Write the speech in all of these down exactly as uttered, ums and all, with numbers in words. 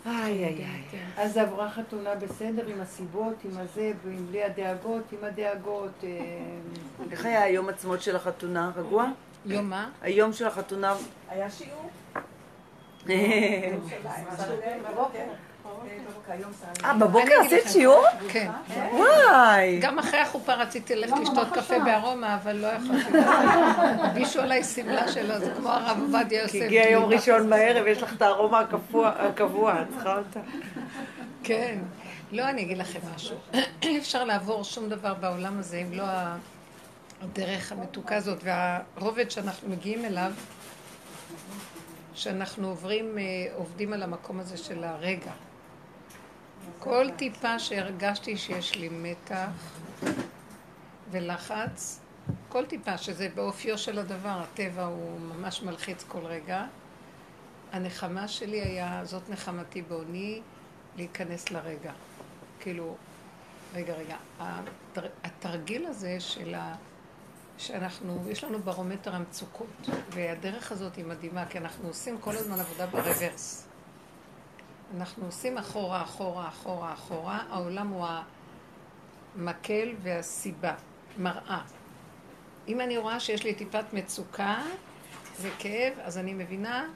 איי, איי, איי. אז עברה חתונה בסדר עם הסיבות, עם הזה, ועם בלי הדאגות, עם הדאגות. איך היה היום עצמות של החתונה? רגוע? יום מה? היום של החתונה. היה שיעור? אה, בבוקר עשית שיעור? כן. וואי. גם אחרי החופה רציתי ללכת לשתות קפה בארומה, אבל לא יכולתי. בישו עליי סמלה שלו, זה כמו הרב עובדיה יוסף. כי הגיע יום ראשון בערב, יש לך את הארומה הקבוע, את צריכה אותה. כן. לא, אני אגיד לכם משהו. אי אפשר לעבור שום דבר בעולם הזה אם לא הדרך המתוקה הזאת, והרובד שאנחנו מגיעים אליו, שאנחנו עוברים, עובדים על המקום הזה של הרגע. כל טיפה שהרגשתי שיש לי מתח ולחץ, כל טיפה שזה באופיו של הדבר, הטבע הוא ממש מלחיץ כל רגע, הנחמה שלי היה, זאת נחמתי בעוני, להיכנס לרגע. כאילו, רגע, רגע, התר, התרגיל הזה של ה... שאנחנו, יש לנו ברומטר המצוקות, והדרך הזאת היא מדהימה, כי אנחנו עושים כל הזמן עבודה ברוורס. אנחנו עושים אחורה, אחורה, אחורה, אחורה, העולם הוא המקל והסיבה, מראה. אם אני רואה שיש לי טיפת מצוקה וכאב, אז אני מבינה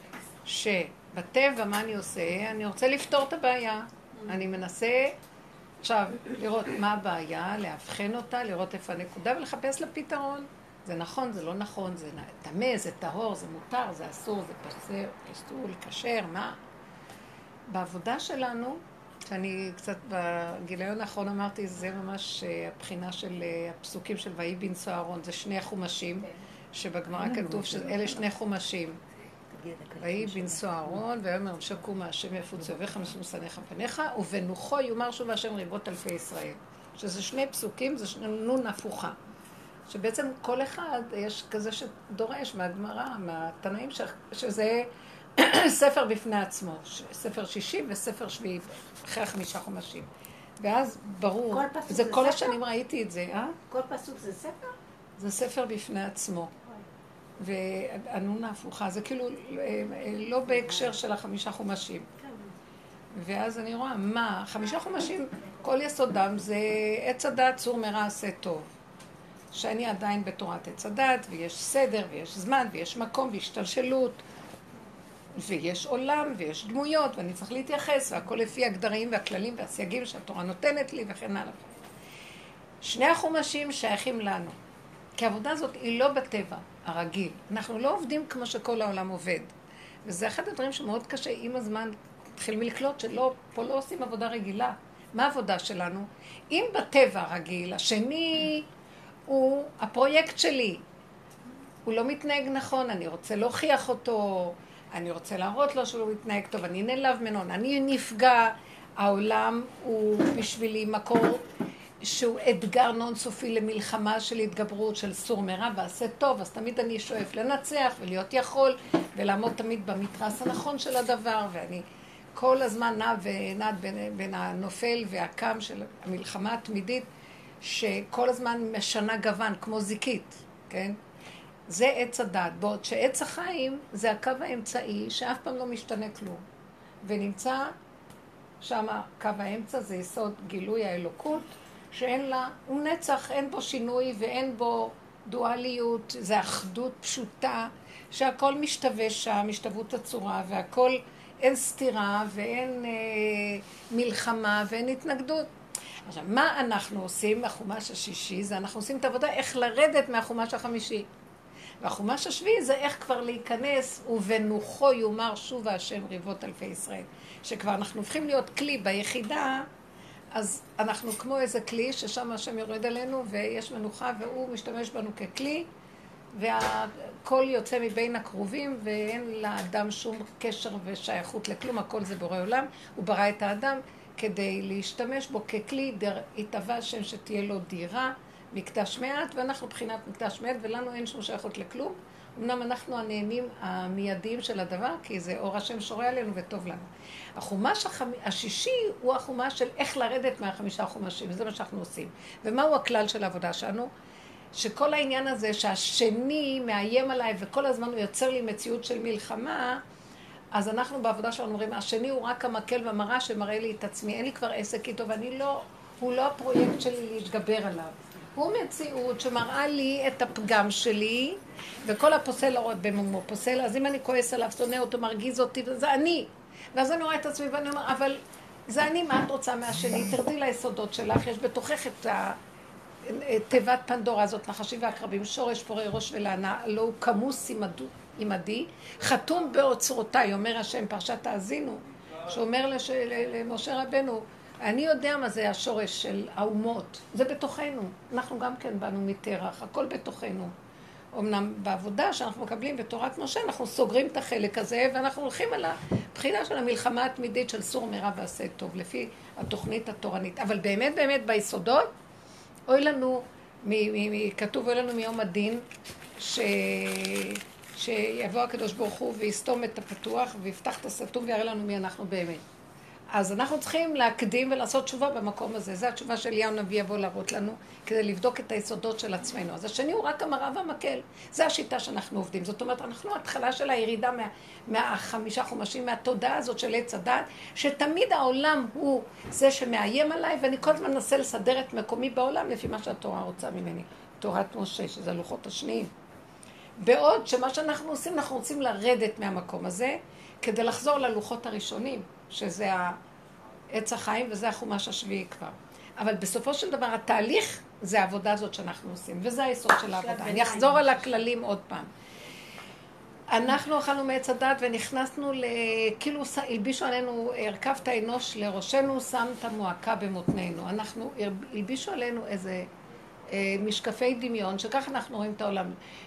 שבטבע מה אני עושה? אני רוצה לפתור את הבעיה. אני מנסה עכשיו לראות מה הבעיה, להבחן אותה, לראות איפה הנקודה ולחפש לה פתרון. זה נכון, זה לא נכון, זה טמא, זה טהור, זה מותר, זה אסור, זה פסול, פסול, כשר, מה? בעבודה שלנו, שאני קצת בגיליון האחרון אמרתי, זה ממש הבחינה של הפסוקים של ויהי בנשוא אהרון, זה שני חומשים, שבגמרא כתוב שאלה שני חומשים. ויהי בנשוא אהרון, ויאמר שקום השם יפוץ אויביך משום שנאיך פניך, ובנוחו יאמר שוב השם ריבות אלפי ישראל. שזה שני פסוקים, זה נון הפוכה. שבעצם כל אחד יש כזה שדורש מהגמרא, מהתנאים, שזה ספר בפני עצמו, ספר שישי וספר שביעי, אחרי חמישה חומשים. ואז ברור, זה כל השנים ראיתי את זה, אה? כל פסוק זה ספר? זה ספר בפני עצמו. והנונה הפוכה, זה כאילו לא בהקשר של החמישה חומשים. ואז אני רואה, מה, חמישה חומשים, כל יסודם זה עץ הדעת צור מרע עשה טוב. שאני עדיין בתורת עץ הדעת, ויש סדר, ויש זמן, ויש מקום, והשתלשלות, ויש עולם, ויש דמויות, ואני צריך להתייחס, והכל לפי הגדרים והכללים והסייגים שהתורה נותנת לי, וכן הלאה. שני החומשים שייכים לנו, כי העבודה הזאת היא לא בטבע הרגיל. אנחנו לא עובדים כמו שכל העולם עובד. וזה אחד הדברים שמאוד קשה, עם הזמן התחיל מלקלוט שלא, פה לא עושים עבודה רגילה. מה העבודה שלנו? אם בטבע הרגיל, השני הוא הפרויקט שלי. הוא לא מתנהג נכון, אני רוצה להוכיח אותו, אני רוצה להראות לו שהוא מתנהג טוב, אני נעלב ממנו, אני נפגע, העולם הוא בשבילי מקור שהוא אתגר נונסופי למלחמה של התגברות, של סור מרע ועשה טוב, אז תמיד אני שואף לנצח ולהיות יכול ולעמוד תמיד במתרס הנכון של הדבר, ואני כל הזמן נע ונד בין, בין הנופל והקם של המלחמה התמידית, שכל הזמן משנה גוון, כמו זיקית, כן? זה עץ הדת, בעוד שעץ החיים זה הקו האמצעי שאף פעם לא משתנה כלום. ונמצא שם קו האמצע, זה יסוד גילוי האלוקות, שאין לה, הוא נצח, אין בו שינוי ואין בו דואליות, זה אחדות פשוטה, שהכל משתווה שם, משתוות הצורה, והכל אין סתירה ואין אה, מלחמה ואין התנגדות. עכשיו, מה אנחנו עושים מהחומש השישי? זה אנחנו עושים את העבודה איך לרדת מהחומש החמישי. והחומש השביעי זה איך כבר להיכנס, ובנוחו יאמר שוב השם ריבות אלפי ישראל. שכבר אנחנו הופכים להיות כלי ביחידה, אז אנחנו כמו איזה כלי ששם השם יורד עלינו ויש מנוחה והוא משתמש בנו ככלי, והכל יוצא מבין הקרובים ואין לאדם שום קשר ושייכות לכלום, הכל זה בורא עולם, הוא ברא את האדם כדי להשתמש בו ככלי, התאווה השם שתהיה לו דירה, מקדש מעט, ואנחנו בחינת מקדש מעט, ולנו אין שום שייכות לכלום. אמנם אנחנו הנהנים המיידיים של הדבר, כי זה אור השם שורה עלינו וטוב לנו. החומש החמ... השישי הוא החומש של איך לרדת מהחמישה חומשים, וזה מה שאנחנו עושים. ומהו הכלל של העבודה שלנו? שכל העניין הזה שהשני מאיים עליי, וכל הזמן הוא יוצר לי מציאות של מלחמה, אז אנחנו בעבודה שלנו אומרים, השני הוא רק המקל והמראה שמראה לי את עצמי, אין לי כבר עסק איתו, ואני לא, הוא לא הפרויקט שלי להתגבר עליו. הוא מציאות שמראה לי את הפגם שלי, וכל הפוסל, במומו פוסל, אז אם אני כועס עליו, שונא אותו, מרגיז אותי, זה אני. ואז אני רואה את עצמי ואני אומר, אבל זה אני, מה את רוצה מהשני? תרדי ליסודות שלך, יש בתוכך את תיבת פנדורה הזאת, נחשים ועקרבים, שורש פורי ראש ולענה, לא הוא כמוס עמדי, חתום באוצרותיי, אומר השם, פרשת האזינו, שאומר לש... למשה רבנו, אני יודע מה זה השורש של האומות, זה בתוכנו, אנחנו גם כן באנו מתרח, הכל בתוכנו. אמנם בעבודה שאנחנו מקבלים בתורת משה, אנחנו סוגרים את החלק הזה, ואנחנו הולכים על הבחינה של המלחמה התמידית של סור מרע ועשה טוב, לפי התוכנית התורנית. אבל באמת באמת ביסודות, אוי לנו, מ- מ- כתוב אוי לנו מיום הדין, ש... שיבוא הקדוש ברוך הוא ויסתום את הפתוח ויפתח את הסתום ויראה לנו מי אנחנו באמת. אז אנחנו צריכים להקדים ולעשות תשובה במקום הזה. זו התשובה של אליהו הנביא יבוא להראות לנו, כדי לבדוק את היסודות של עצמנו. אז השני הוא רק המראה והמקל. זו השיטה שאנחנו עובדים. זאת אומרת, אנחנו התחלה של הירידה מה, מהחמישה חומשים, מהתודעה הזאת של עץ הדת, שתמיד העולם הוא זה שמאיים עליי, ואני כל הזמן מנסה לסדר את מקומי בעולם לפי מה שהתורה רוצה ממני. תורת משה, שזה הלוחות השניים. בעוד שמה שאנחנו עושים, אנחנו רוצים לרדת מהמקום הזה, כדי לחזור ללוחות הראשונים, שזה העץ החיים וזה החומש השביעי כבר. אבל בסופו של דבר התהליך זה העבודה הזאת שאנחנו עושים, וזה היסוד של העבודה. אני אחזור על הכללים עוד פעם. אנחנו אכלנו מעץ הדת ונכנסנו ל... כאילו הלבישו עלינו, הרכבת האנוש לראשנו, שמת מועקה במותנינו. אנחנו, הלבישו עלינו איזה משקפי דמיון, שכך אנחנו רואים את העולם,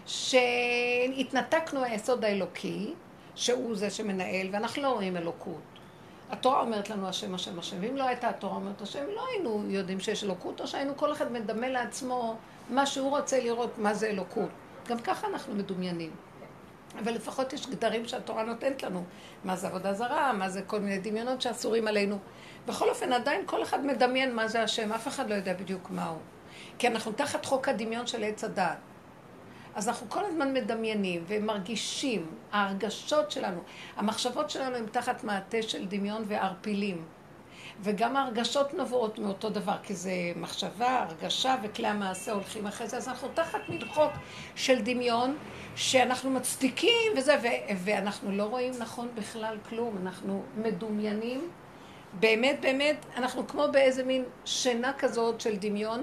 שהתנתקנו מהיסוד האלוקי, שהוא זה שמנהל, ואנחנו לא רואים אלוקות. התורה אומרת לנו השם, השם, השם, ואם לא הייתה התורה אומרת השם, לא היינו יודעים שיש אלוקות, או שהיינו כל אחד מדמה לעצמו מה שהוא רוצה לראות, מה זה אלוקות. גם ככה אנחנו מדומיינים. אבל לפחות יש גדרים שהתורה נותנת לנו, מה זה עבודה זרה, מה זה כל מיני דמיונות שאסורים עלינו. בכל אופן, עדיין כל אחד מדמיין מה זה השם, אף אחד לא יודע בדיוק מה הוא. כי אנחנו תחת חוק הדמיון של עץ הדעת. אז אנחנו כל הזמן מדמיינים ומרגישים, ההרגשות שלנו, המחשבות שלנו הן תחת מעטה של דמיון וערפילים. וגם ההרגשות נובעות מאותו דבר, כי זה מחשבה, הרגשה וכלי המעשה הולכים אחרי זה. אז אנחנו תחת מדחוק של דמיון שאנחנו מצדיקים וזה, ו- ואנחנו לא רואים נכון בכלל כלום, אנחנו מדומיינים. באמת, באמת, אנחנו כמו באיזה מין שינה כזאת של דמיון,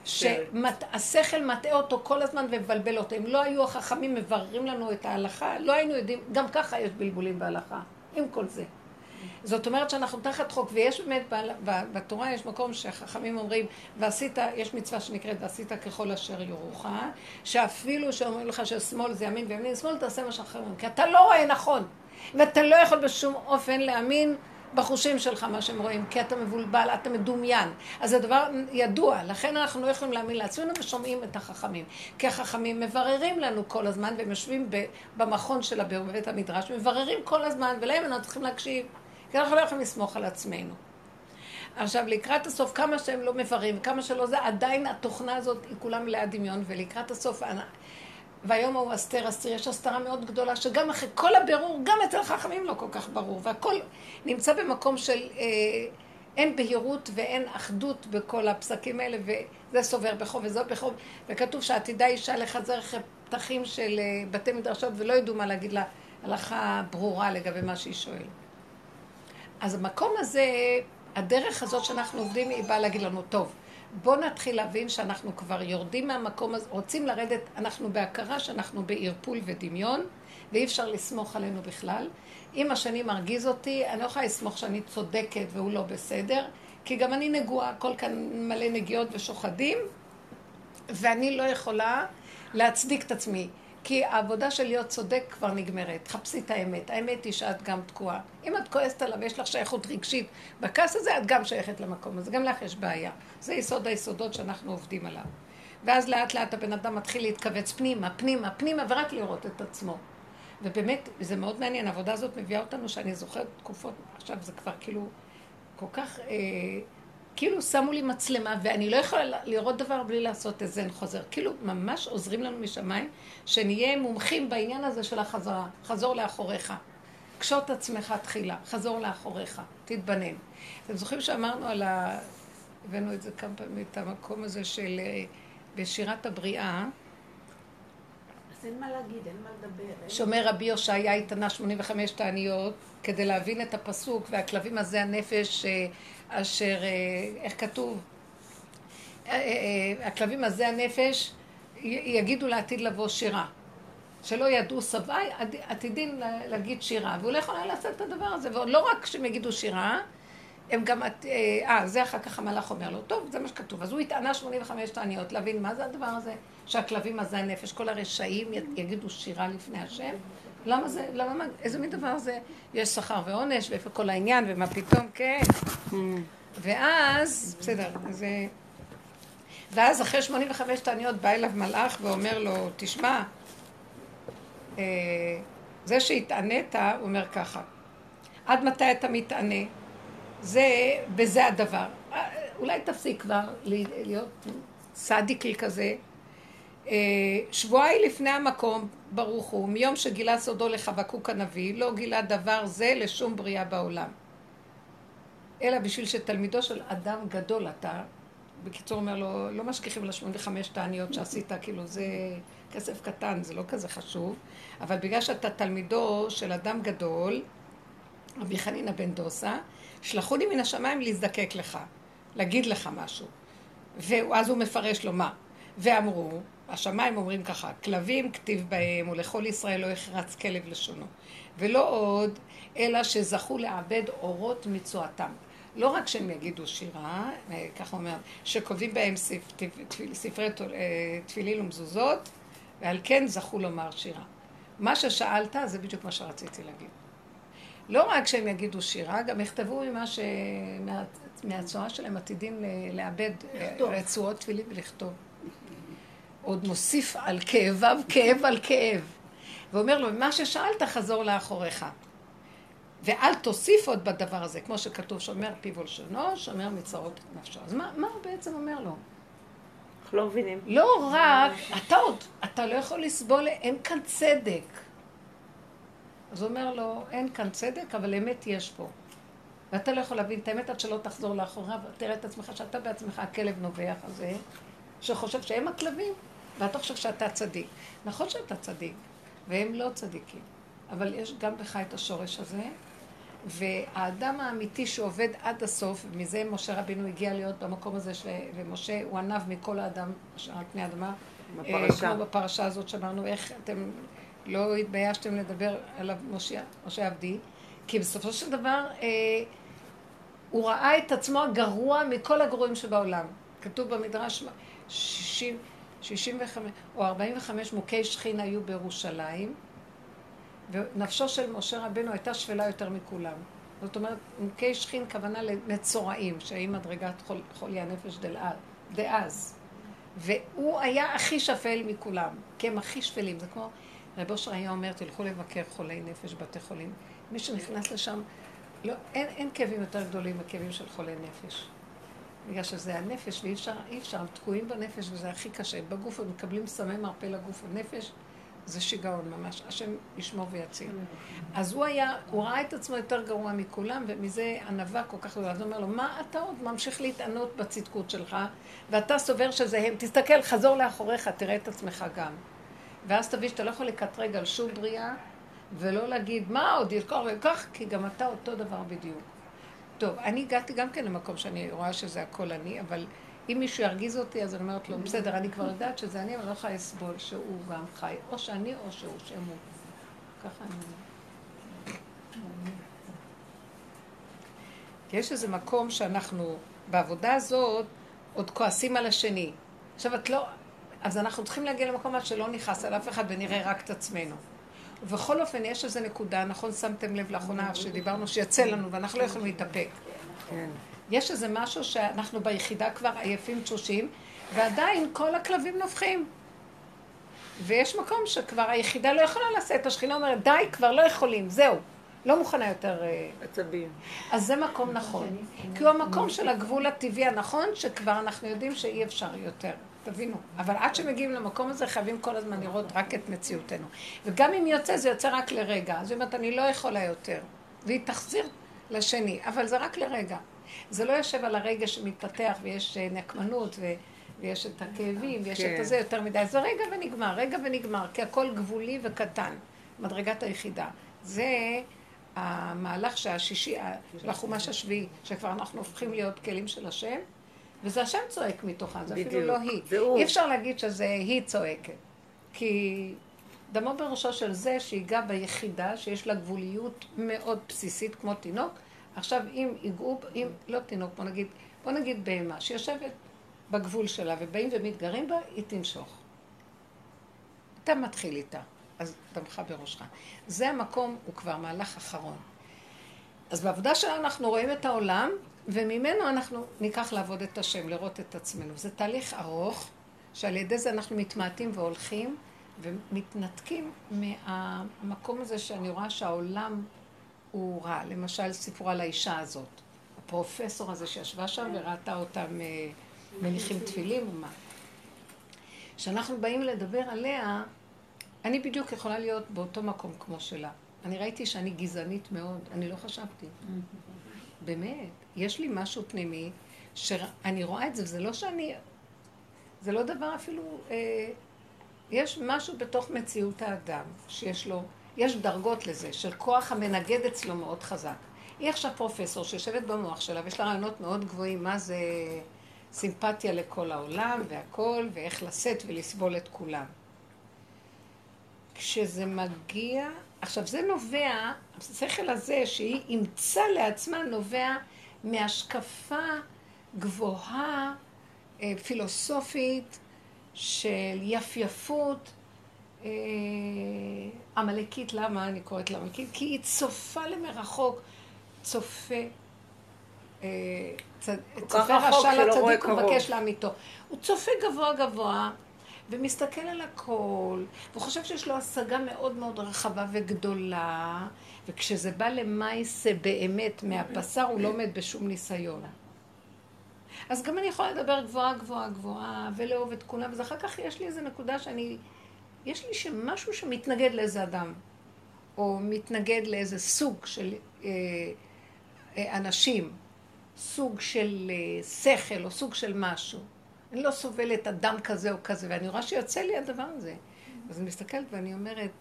שהשכל מטעה אותו כל הזמן ובלבל אותו. אם לא היו החכמים מבררים לנו את ההלכה, לא היינו יודעים, גם ככה יש בלבולים בהלכה, עם כל זה. זאת אומרת שאנחנו תחת חוק, ויש באמת בתורה יש מקום שהחכמים אומרים, ועשית, יש מצווה שנקראת, ועשית ככל אשר יורוך, שאפילו שאומרים לך ששמאל זה ימין וימין, שמאל תעשה מה שאחרים, כי אתה לא רואה נכון, ואתה לא יכול בשום אופן להאמין בחושים שלך מה שהם רואים, כי אתה מבולבל, אתה מדומיין. אז זה דבר ידוע, לכן אנחנו לא יכולים להאמין לעצמנו ושומעים את החכמים. כי החכמים מבררים לנו כל הזמן, והם יושבים במכון של הבירור בבית המדרש, מבררים כל הזמן, ולהם אנחנו צריכים להקשיב, כי אנחנו לא יכולים לסמוך על עצמנו. עכשיו, לקראת הסוף, כמה שהם לא מבררים, כמה שלא זה, עדיין התוכנה הזאת היא כולה מלאה דמיון, ולקראת הסוף, והיום הוא אסתר אסתר, יש הסתרה מאוד גדולה, שגם אחרי כל הבירור, גם אצל החכמים לא כל כך ברור, והכל נמצא במקום של אה, אין בהירות ואין אחדות בכל הפסקים האלה, וזה סובר בחוב וזה בחוב, וכתוב שעתידה אישה לחזר אחרי פתחים של אה, בתי מדרשות, ולא ידעו מה להגיד לה, הלכה ברורה לגבי מה שהיא שואלת. אז המקום הזה, הדרך הזאת שאנחנו עובדים, היא באה להגיד לנו, טוב, בואו נתחיל להבין שאנחנו כבר יורדים מהמקום הזה, רוצים לרדת, אנחנו בהכרה שאנחנו בערפול ודמיון, ואי אפשר לסמוך עלינו בכלל. אם השני מרגיז אותי, אני לא יכולה לסמוך שאני צודקת והוא לא בסדר, כי גם אני נגועה, כל כאן מלא נגיעות ושוחדים, ואני לא יכולה להצדיק את עצמי. כי העבודה של להיות צודק כבר נגמרת. חפשי את האמת. האמת היא שאת גם תקועה. אם את כועסת עליו ויש לך שייכות רגשית בכעס הזה, את גם שייכת למקום הזה. גם לך יש בעיה. זה יסוד היסודות שאנחנו עובדים עליו. ואז לאט לאט הבן אדם מתחיל להתכווץ פנימה, פנימה, פנימה, ורק לראות את עצמו. ובאמת, זה מאוד מעניין. העבודה הזאת מביאה אותנו שאני זוכרת תקופות, עכשיו זה כבר כאילו כל כך... אה, כאילו שמו לי מצלמה, ואני לא יכולה לראות דבר בלי לעשות איזה חוזר. כאילו ממש עוזרים לנו משמיים, שנהיה מומחים בעניין הזה של החזרה, חזור לאחוריך. קשוט עצמך תחילה, חזור לאחוריך, תתבנן. אתם זוכרים שאמרנו על ה... הבאנו את זה כמה פעמים, את המקום הזה של... בשירת הבריאה, אז אין מה להגיד, אין מה לדבר. שאומר רבי הושעיה התענה שמונים וחמש תעניות, כדי להבין את הפסוק, והכלבים הזה הנפש אשר, איך כתוב? הכלבים הזה הנפש יגידו לעתיד לבוא שירה. שלא ידעו סבי, עתידים להגיד שירה. והוא לא יכול היה לעשות את הדבר הזה. ולא רק שהם יגידו שירה, הם גם... אה, זה אחר כך המלאך אומר לו, טוב, זה מה שכתוב. אז הוא התענה שמונים וחמש תעניות, להבין מה זה הדבר הזה, שהכלבים הזה הנפש, כל הרשעים יגידו שירה לפני השם. למה זה? למה? איזה מין דבר זה? יש שכר ועונש, ואיפה כל העניין, ומה פתאום, כן. ואז, בסדר, אז... ואז אחרי שמונים וחמש תעניות בא אליו מלאך ואומר לו, תשמע, זה שהתענית, הוא אומר ככה, עד מתי אתה מתענה? זה, בזה הדבר. אולי תפסיק כבר להיות סדיקי כזה. שבועי לפני המקום, ברוך הוא, מיום שגילה סודו לחבקוק הנביא, לא גילה דבר זה לשום בריאה בעולם. אלא בשביל שתלמידו של אדם גדול אתה, בקיצור אומר לו, לא משכיחים לשמונים וחמש תעניות שעשית, כאילו זה כסף קטן, זה לא כזה חשוב, אבל בגלל שאתה תלמידו של אדם גדול, רבי חנינא בן דוסה, שלחוני מן השמיים להזדקק לך, להגיד לך משהו. ואז הוא מפרש לו מה. ואמרו, השמיים אומרים ככה, כלבים כתיב בהם, ולכל ישראל לא יחרץ כלב לשונו. ולא עוד, אלא שזכו לעבד אורות מצואתם. לא רק שהם יגידו שירה, ככה אומר, שקובעים בהם ספרי תפילין ומזוזות, ועל כן זכו לומר שירה. מה ששאלת, זה בדיוק מה שרציתי להגיד. לא רק שהם יגידו שירה, גם יכתבו ממה ש... מה... מהצורה שלהם עתידים לאבד רצועות תפילין ולכתוב. עוד מוסיף על כאביו, כאב על כאב. ואומר לו, מה ששאלת חזור לאחוריך. ואל תוסיף עוד בדבר הזה, כמו שכתוב, שומר פיו ולשונו, שומר מצרות נפשו. אז מה, מה הוא בעצם אומר לו? אנחנו לא מבינים. לא רק, אתה עוד, אתה לא יכול לסבול, אין כאן צדק. אז הוא אומר לו, אין כאן צדק, אבל אמת יש פה. ואתה לא יכול להבין את האמת עד שלא תחזור לאחוריו, תראה את עצמך שאתה בעצמך הכלב נובח הזה, שחושב שהם הכלבים, ואתה חושב שאתה צדיק. נכון שאתה צדיק, והם לא צדיקים. אבל יש גם בך את השורש הזה, והאדם האמיתי שעובד עד הסוף, ומזה משה רבינו הגיע להיות במקום הזה, ש... ומשה הוא ענב מכל האדם אשר על פני האדמה, בפרשה. כמו בפרשה הזאת שאמרנו, איך אתם לא התביישתם לדבר עליו משה, משה עבדי, כי בסופו של דבר אה, הוא ראה את עצמו הגרוע מכל הגרועים שבעולם. כתוב במדרש שישים, שישים וחמש או ארבעים וחמש מוכי שכין היו בירושלים, ונפשו של משה רבנו הייתה שפלה יותר מכולם. זאת אומרת, מוכי שכין כוונה למצורעים, שהיא מדרגת חול, חולי הנפש דלעד, דאז. והוא היה הכי שפל מכולם, כי הם הכי שפלים. זה כמו, רב אושר היה אומר, תלכו לבקר חולי נפש בתי חולים. מי שנכנס לשם, לא, אין, אין כאבים יותר גדולים מכאבים של חולי נפש. בגלל שזה הנפש, ואי אפשר, אי אפשר, הם תקועים בנפש, וזה הכי קשה. בגוף הם מקבלים סמי מרפא לגוף הנפש, זה שיגעון ממש, השם ישמור ויציל. אז הוא היה, הוא ראה את עצמו יותר גרוע מכולם, ומזה ענווה כל כך גדולה. אז הוא אומר לו, מה אתה עוד ממשיך להתענות בצדקות שלך, ואתה סובר שזה הם, תסתכל, חזור לאחוריך, תראה את עצמך גם. ואז תביא שאתה לא יכול לקטרג על שום בריאה, ולא להגיד, מה עוד יזכור וכך, כי גם אתה אותו דבר בדיוק. טוב, אני הגעתי גם כן למקום שאני רואה שזה הכל אני, אבל אם מישהו ירגיז אותי, אז אני אומרת לו, בסדר, אני כבר יודעת שזה אני, אבל לא יכולה לסבול שהוא גם חי, או שאני או שהוא, שהם הוא. ככה אני אומרת. יש איזה מקום שאנחנו, בעבודה הזאת, עוד כועסים על השני. עכשיו, את לא... אז אנחנו צריכים להגיע למקום עד שלא נכנס על אף אחד ונראה רק את עצמנו. ובכל אופן, יש איזו נקודה, נכון, שמתם לב לאחרונה שדיברנו שיצא לנו ואנחנו לא יכולים להתאפק. כן. יש איזה משהו שאנחנו ביחידה כבר עייפים תשושים, ועדיין כל הכלבים נובחים. ויש מקום שכבר היחידה לא יכולה לשאת, השכינה אומרת, די, כבר לא יכולים, זהו. לא מוכנה יותר... עצבים. אז זה מקום נכון. כי הוא המקום של הגבול הטבעי הנכון, שכבר אנחנו יודעים שאי אפשר יותר. תבינו. אבל עד שמגיעים למקום הזה, חייבים כל הזמן לראות רק את מציאותנו. וגם אם יוצא, זה יוצא רק לרגע. זאת אומרת, אני לא יכולה יותר. והיא תחזיר לשני, אבל זה רק לרגע. זה לא יושב על הרגע שמתפתח ויש נקמנות ו... ויש את הכאבים, ויש כן. את הזה יותר מדי. זה רגע ונגמר, רגע ונגמר, כי הכל גבולי וקטן. מדרגת היחידה. זה המהלך שהשישי, של החומש השביעי, שכבר אנחנו הופכים להיות כלים של השם, וזה השם צועק מתוכה, זה אפילו לא היא. אי אפשר להגיד שזה היא צועקת. כי דמו בראשו של זה שהיגע ביחידה, שיש לה גבוליות מאוד בסיסית, כמו תינוק, עכשיו אם יגעו, אם לא תינוק, בוא נגיד, בוא נגיד בהמה, שיושבת בגבול שלה, ובאים ומתגרים בה, היא תנשוך. אתה מתחיל איתה, אז דמך בראשך. זה המקום, הוא כבר מהלך אחרון. אז בעבודה שלנו אנחנו רואים את העולם, וממנו אנחנו ניקח לעבוד את השם, לראות את עצמנו. זה תהליך ארוך, שעל ידי זה אנחנו מתמעטים והולכים, ומתנתקים מהמקום הזה שאני רואה שהעולם הוא רע. למשל, סיפור על האישה הזאת. הפרופסור הזה שישבה שם וראתה אותם מניחים תפילים ומה. כשאנחנו באים לדבר עליה, אני בדיוק יכולה להיות באותו מקום כמו שלה. אני ראיתי שאני גזענית מאוד, אני לא חשבתי. באמת, יש לי משהו פנימי, שאני רואה את זה, וזה לא שאני... זה לא דבר אפילו... אה, יש משהו בתוך מציאות האדם, שיש לו... יש דרגות לזה, של כוח המנגד אצלו מאוד חזק. היא עכשיו פרופסור שיושבת במוח שלה, ויש לה רעיונות מאוד גבוהים, מה זה סימפתיה לכל העולם והכל, ואיך לשאת ולסבול את כולם. כשזה מגיע... עכשיו, זה נובע, השכל הזה שהיא אימצה לעצמה, נובע מהשקפה גבוהה, פילוסופית, של יפייפות, עמלקית. למה אני קוראת לה עמלקית? כי היא צופה למרחוק, צופה, צופה רשע לצדיק ובקש לאמיתו. הוא צופה גבוה גבוה, ומסתכל על הכל, והוא חושב שיש לו השגה מאוד מאוד רחבה וגדולה, וכשזה בא למייסה באמת מהבשר, הוא לא עומד בשום ניסיון. אז גם אני יכולה לדבר גבוהה, גבוהה, גבוהה, ולאהוב את כולם, וזה אחר כך יש לי איזו נקודה שאני, יש לי שמשהו שמתנגד לאיזה אדם, או מתנגד לאיזה סוג של אה, אה, אנשים, סוג של אה, שכל, או סוג של משהו. אני לא סובלת אדם כזה או כזה, ואני רואה שיוצא לי הדבר הזה. אז אני מסתכלת ואני אומרת,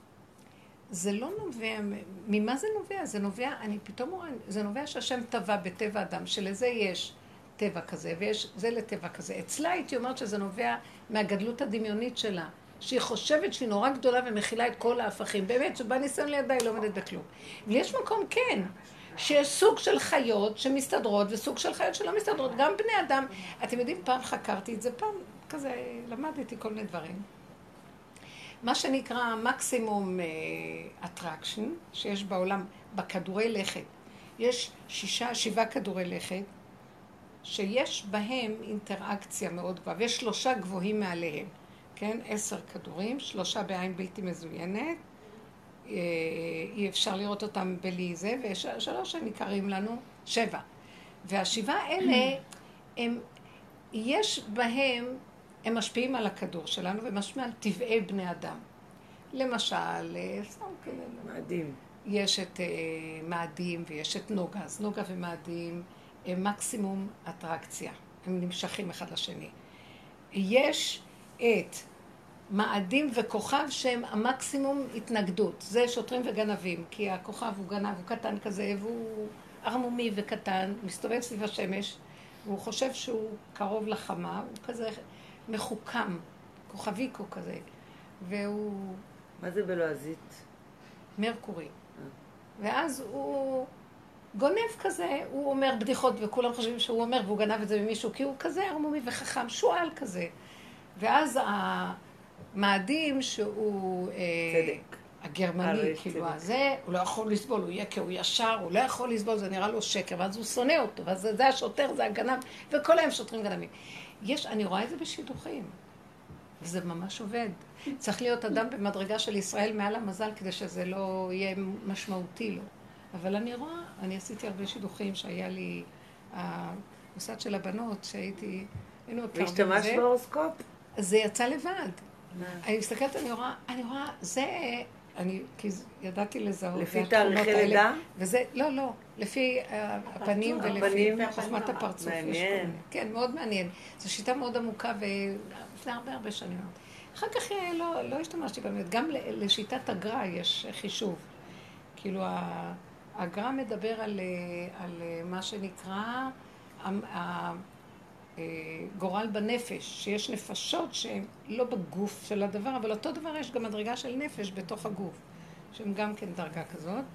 זה לא נובע, ממה זה נובע? זה נובע, אני פתאום רואה, זה נובע שהשם טבע בטבע אדם, שלזה יש טבע כזה, ויש זה לטבע כזה. אצלה הייתי אומרת שזה נובע מהגדלות הדמיונית שלה, שהיא חושבת שהיא נורא גדולה ומכילה את כל ההפכים. באמת, שבא ניסיון לידה, היא לא עומדת בכלום. ויש מקום, כן, שיש סוג של חיות שמסתדרות, וסוג של חיות שלא מסתדרות, גם בני אדם. אתם יודעים, פעם חקרתי את זה, פעם כזה למדתי כל מיני דברים. מה שנקרא מקסימום אטרקשן, שיש בעולם, בכדורי לכת. יש שישה, שבעה כדורי לכת, שיש בהם אינטראקציה מאוד גבוהה, ויש שלושה גבוהים מעליהם, כן? עשר כדורים, שלושה בעין בלתי מזוינת, אי אפשר לראות אותם בלי זה, ושלוש שהם יקרים לנו, שבע. והשבעה האלה, הם, יש בהם, הם משפיעים על הכדור שלנו, ומשפיעים על טבעי בני אדם. למשל, מאדים. יש את uh, מאדים ויש את נוגה, אז נוגה ומאדים הם מקסימום אטרקציה, הם נמשכים אחד לשני. יש את מאדים וכוכב שהם המקסימום התנגדות, זה שוטרים וגנבים, כי הכוכב הוא גנב, הוא קטן כזה, והוא ערמומי וקטן, מסתובב סביב השמש, והוא חושב שהוא קרוב לחמה, הוא כזה מחוכם, כוכביקו כזה, והוא... מה זה בלועזית? מרקורי. ואז הוא גונב כזה, הוא אומר בדיחות וכולם חושבים שהוא אומר והוא גנב את זה ממישהו, כי הוא כזה ערמומי וחכם, שואל כזה. ואז המאדים שהוא... צדק. הגרמני, כאילו הזה, הוא לא יכול לסבול, הוא יהיה כי הוא ישר, הוא לא יכול לסבול, זה נראה לו שקר, ואז הוא שונא אותו, ואז זה השוטר, זה הגנב, וכל הם שוטרים גנבים. יש, אני רואה את זה בשידוכים, וזה ממש עובד. צריך להיות אדם במדרגה של ישראל מעל המזל, כדי שזה לא יהיה משמעותי לו. אבל אני רואה, אני עשיתי הרבה שידוכים, שהיה לי המוסד של הבנות, שהייתי היינו מקרבים והשתמשת בהורוסקופ? זה יצא לבד. אני מסתכלת, אני רואה, אני רואה, זה, אני, כי ידעתי לזהות. לפי תאריכי לידה? וזה, לא, לא, לפי הפנים ולפי חוכמת הפרצוף. מעניין. כן, מאוד מעניין. זו שיטה מאוד עמוקה ולפני הרבה הרבה שנים. אחר כך לא, לא השתמשתי באמת. גם לשיטת הגר"א יש חישוב. כאילו, הגר"א מדבר על, על מה שנקרא גורל בנפש, שיש נפשות שהן לא בגוף של הדבר, אבל אותו דבר יש גם מדרגה של נפש בתוך הגוף, שהן גם כן דרגה כזאת.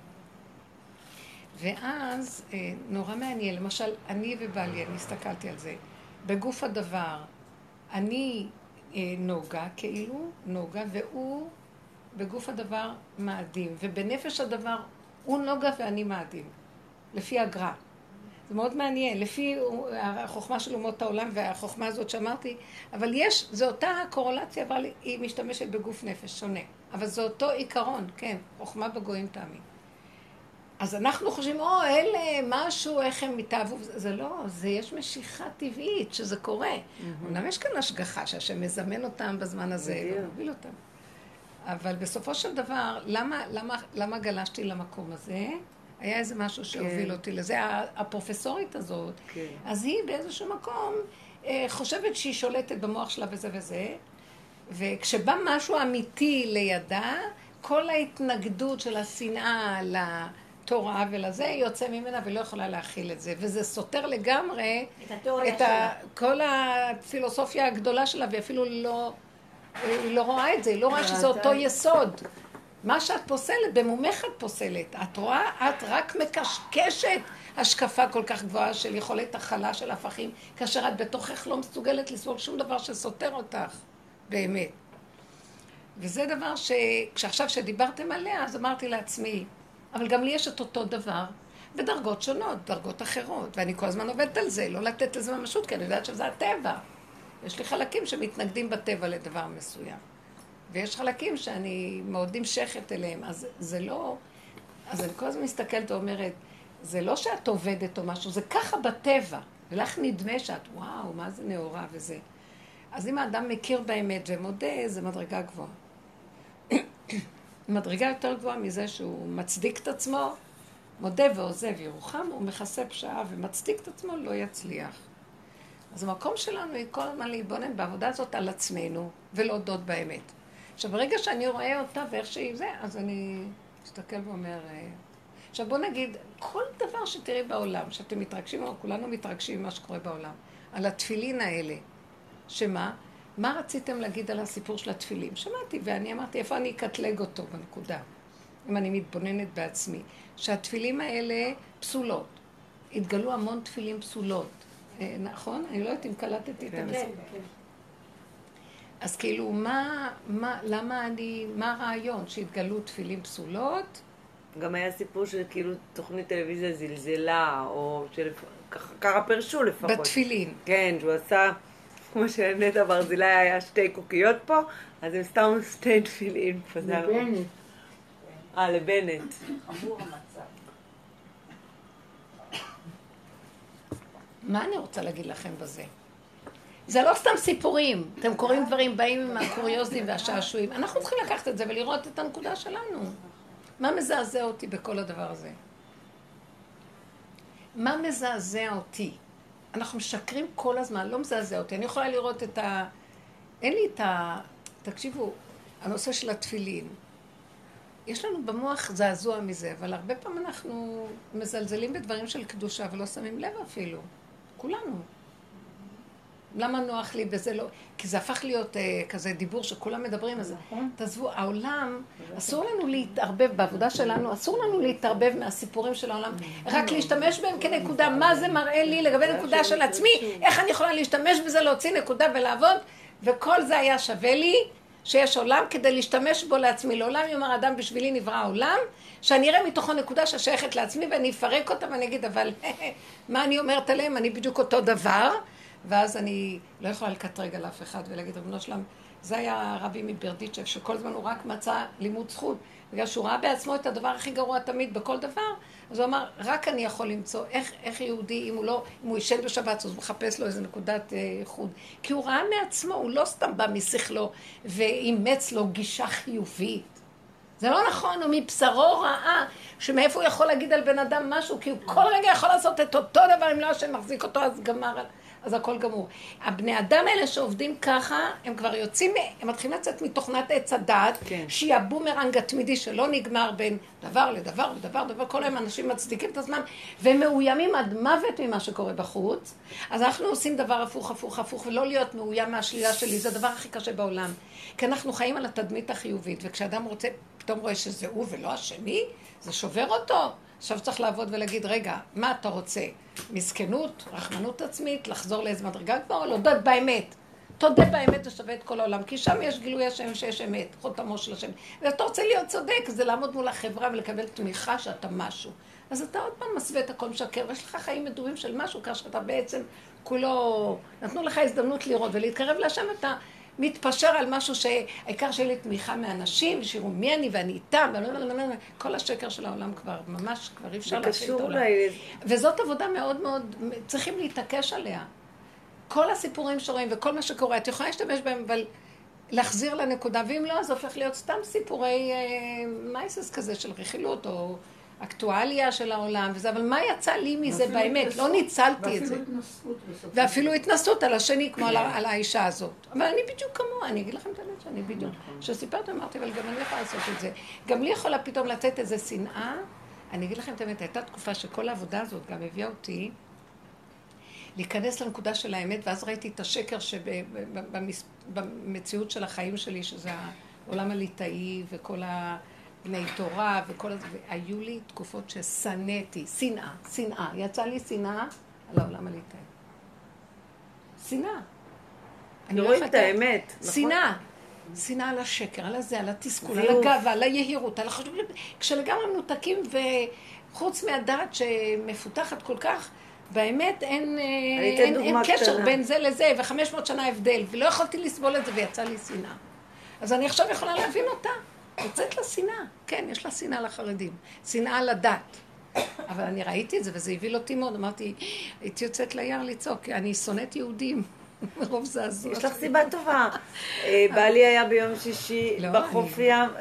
ואז נורא מעניין, למשל, אני ובעלי, אני הסתכלתי על זה, בגוף הדבר, אני נוגה, כאילו נוגה, והוא בגוף הדבר מאדים, ובנפש הדבר הוא נוגה ואני מאדים, לפי הגר"א. זה מאוד מעניין, לפי החוכמה של אומות העולם והחוכמה הזאת שאמרתי, אבל יש, זו אותה קורולציה, אבל היא משתמשת בגוף נפש שונה. אבל זה אותו עיקרון, כן, חוכמה בגויים תאמין. אז אנחנו חושבים, או, אלה, משהו, איך הם מתאהבו, זה לא, זה יש משיכה טבעית שזה קורה. אומנם יש כאן השגחה שהשם מזמן אותם בזמן הזה, ומוביל אותם. אבל בסופו של דבר, למה, למה, למה גלשתי למקום הזה? היה איזה משהו שהוביל אותי לזה, הפרופסורית הזאת, אז היא באיזשהו מקום חושבת שהיא שולטת במוח שלה וזה וזה, וכשבא משהו אמיתי לידה, כל ההתנגדות של השנאה לתורה ולזה יוצא ממנה ולא יכולה להכיל את זה, וזה סותר לגמרי את כל הפילוסופיה הגדולה שלה, ואפילו לא, היא לא רואה את זה, היא לא רואה שזה אותו יסוד. מה שאת פוסלת, במומך את פוסלת. את רואה, את רק מקשקשת השקפה כל כך גבוהה של יכולת הכלה של הפכים, כאשר את בתוכך לא מסוגלת לסבול שום דבר שסותר אותך, באמת. וזה דבר שכשעכשיו שדיברתם עליה, אז אמרתי לעצמי, אבל גם לי יש את אותו דבר, בדרגות שונות, דרגות אחרות, ואני כל הזמן עובדת על זה, לא לתת לזה ממשות, כי אני יודעת שזה הטבע. יש לי חלקים שמתנגדים בטבע לדבר מסוים. ויש חלקים שאני מאוד נמשכת אליהם, אז זה לא, אז אני כל הזמן מסתכלת ואומרת, זה לא שאת עובדת או משהו, זה ככה בטבע, ולך נדמה שאת, וואו, מה זה נאורה וזה. אז אם האדם מכיר באמת ומודה, זה מדרגה גבוהה. מדרגה יותר גבוהה מזה שהוא מצדיק את עצמו, מודה ועוזב ירוחם, הוא מכסה פשעה ומצדיק את עצמו, לא יצליח. אז המקום שלנו היא כל הזמן להתבונן בעבודה הזאת על עצמנו, ולהודות באמת. עכשיו, ברגע שאני רואה אותה ואיך שהיא זה, אז אני מסתכל ואומר... עכשיו, בוא נגיד, כל דבר שתראי בעולם, שאתם מתרגשים, או כולנו מתרגשים ממה שקורה בעולם, על התפילין האלה, שמה? מה רציתם להגיד על הסיפור של התפילים? שמעתי, ואני אמרתי, איפה אני אקטלג אותו בנקודה? אם אני מתבוננת בעצמי, שהתפילים האלה פסולות. התגלו המון תפילים פסולות. נכון? אני לא יודעת אם קלטתי את המסורת. אז כאילו, מה, מה, למה אני, מה הרעיון? שהתגלו תפילים פסולות? גם היה סיפור שכאילו תוכנית טלוויזיה זלזלה, או שככה פרשו לפחות. בתפילין. כן, שהוא עשה, כמו שנטע ברזילי היה שתי קוקיות פה, אז הם סתם שתי תפילין. לבנט. אה, לבנט. חמור המצב. מה אני רוצה להגיד לכם בזה? זה לא סתם סיפורים. אתם קוראים דברים, באים עם הקוריוזים והשעשועים. אנחנו צריכים לקחת את זה ולראות את הנקודה שלנו. מה מזעזע אותי בכל הדבר הזה? מה מזעזע אותי? אנחנו משקרים כל הזמן, לא מזעזע אותי. אני יכולה לראות את ה... אין לי את ה... תקשיבו, הנושא של התפילין. יש לנו במוח זעזוע מזה, אבל הרבה פעמים אנחנו מזלזלים בדברים של קדושה ולא שמים לב אפילו. כולנו. למה נוח לי בזה לא? כי זה הפך להיות uh, כזה דיבור שכולם מדברים על זה. תעזבו, העולם, אסור לנו להתערבב בעבודה שלנו, אסור לנו להתערבב מהסיפורים של העולם, רק להשתמש בהם כנקודה. מה זה מראה לי לגבי נקודה של עצמי? איך אני יכולה להשתמש בזה, להוציא נקודה ולעבוד? וכל זה היה שווה לי שיש עולם כדי להשתמש בו לעצמי. לעולם יאמר אדם בשבילי נברא העולם, שאני אראה מתוכו נקודה ששייכת לעצמי ואני אפרק אותה ואני אגיד, אבל מה אני אומרת עליהם? אני בדיוק אותו דבר. ואז אני לא יכולה לקטרג על אף אחד ולהגיד, רבנו שלם, זה היה הרבי מברדיצ'ב, שכל הזמן הוא רק מצא לימוד זכות, בגלל שהוא ראה בעצמו את הדבר הכי גרוע תמיד בכל דבר, אז הוא אמר, רק אני יכול למצוא איך, איך יהודי, אם הוא לא, אם הוא ישן בשבת, אז הוא מחפש לו איזה נקודת ייחוד. אה, כי הוא ראה מעצמו, הוא לא סתם בא משכלו, ואימץ לו גישה חיובית. זה לא נכון, הוא מבשרו ראה, שמאיפה הוא יכול להגיד על בן אדם משהו, כי הוא כל רגע יכול לעשות את אותו דבר, אם לא השם מחזיק אותו, אז גמר, אז הכל גמור. הבני אדם האלה שעובדים ככה, הם כבר יוצאים, הם מתחילים לצאת מתוכנת עץ הדעת, כן. שהיא הבומרנג התמידי שלא נגמר בין דבר לדבר ודבר, דבר, כל היום אנשים מצדיקים את הזמן, והם מאוימים עד מוות ממה שקורה בחוץ, אז אנחנו עושים דבר הפוך, הפוך, הפוך, ולא להיות מאוים מהשלילה שלי, זה הדבר הכי קשה בעולם. כי אנחנו חיים על התדמית החיובית, וכשאדם רוצה, פתאום רואה שזה הוא ולא השני, זה שובר אותו. עכשיו צריך לעבוד ולהגיד, רגע, מה אתה רוצה? מסכנות, רחמנות עצמית, לחזור לאיזו מדרגה גבוהה, או להודות באמת. תודה באמת זה שווה את כל העולם, כי שם יש גילוי השם שיש אמת, חותמו של השם. ואתה רוצה להיות צודק, זה לעמוד מול החברה ולקבל תמיכה שאתה משהו. אז אתה עוד פעם מסווה את הכל משקר, ויש לך חיים מדורים של משהו, כאשר אתה בעצם כולו, נתנו לך הזדמנות לראות ולהתקרב להשם, אתה מתפשר על משהו שהעיקר שיהיה לי תמיכה מאנשים, שיראו מי אני ואני איתם, כל השקר של העולם כבר, ממש כבר אי אפשר להפעיל את העולם. וזאת עבודה מאוד מאוד, צריכים להתעקש עליה. כל הסיפורים שרואים וכל מה שקורה, את יכולה להשתמש בהם, אבל להחזיר לנקודה, ואם לא, אז הופך להיות סתם סיפורי מייסס כזה של רכילות, או אקטואליה של העולם וזה, אבל מה יצא לי מזה באמת? לא ניצלתי את זה. ואפילו התנסות על השני, כמו על האישה הזאת. אבל אני בדיוק כמוה, אני אגיד לכם את האמת שאני בדיוק. כשסיפרת אמרתי, אבל גם אני יכולה לעשות את זה. גם לי יכולה פתאום לצאת איזו שנאה. אני אגיד לכם את האמת, הייתה תקופה שכל העבודה הזאת גם הביאה אותי להיכנס לנקודה של האמת, ואז ראיתי את השקר שבמציאות של החיים שלי, שזה העולם הליטאי וכל ה... בני תורה וכל הזה, והיו לי תקופות ששנאתי, שנאה, שנאה, יצא לי שנאה על העולם הליטאי. שנאה. אני רואה את האמת, נכון? שנאה. שנאה על השקר, על הזה, על התסכול, על הגאווה, על היהירות, על החשוב, כשלגמרי מנותקים וחוץ מהדעת שמפותחת כל כך, באמת אין, אין, אין קשר בין זה לזה, וחמש מאות שנה הבדל, ולא יכולתי לסבול את זה ויצא לי שנאה. אז אני עכשיו יכולה להבין אותה. יוצאת לה שנאה, כן, יש לה שנאה לחרדים, שנאה לדת. אבל אני ראיתי את זה וזה הביל אותי מאוד, אמרתי, הייתי יוצאת ליער לצעוק, אני שונאת יהודים, מרוב זעזוע. יש לך סיבה טובה. בעלי היה ביום שישי בחוף ים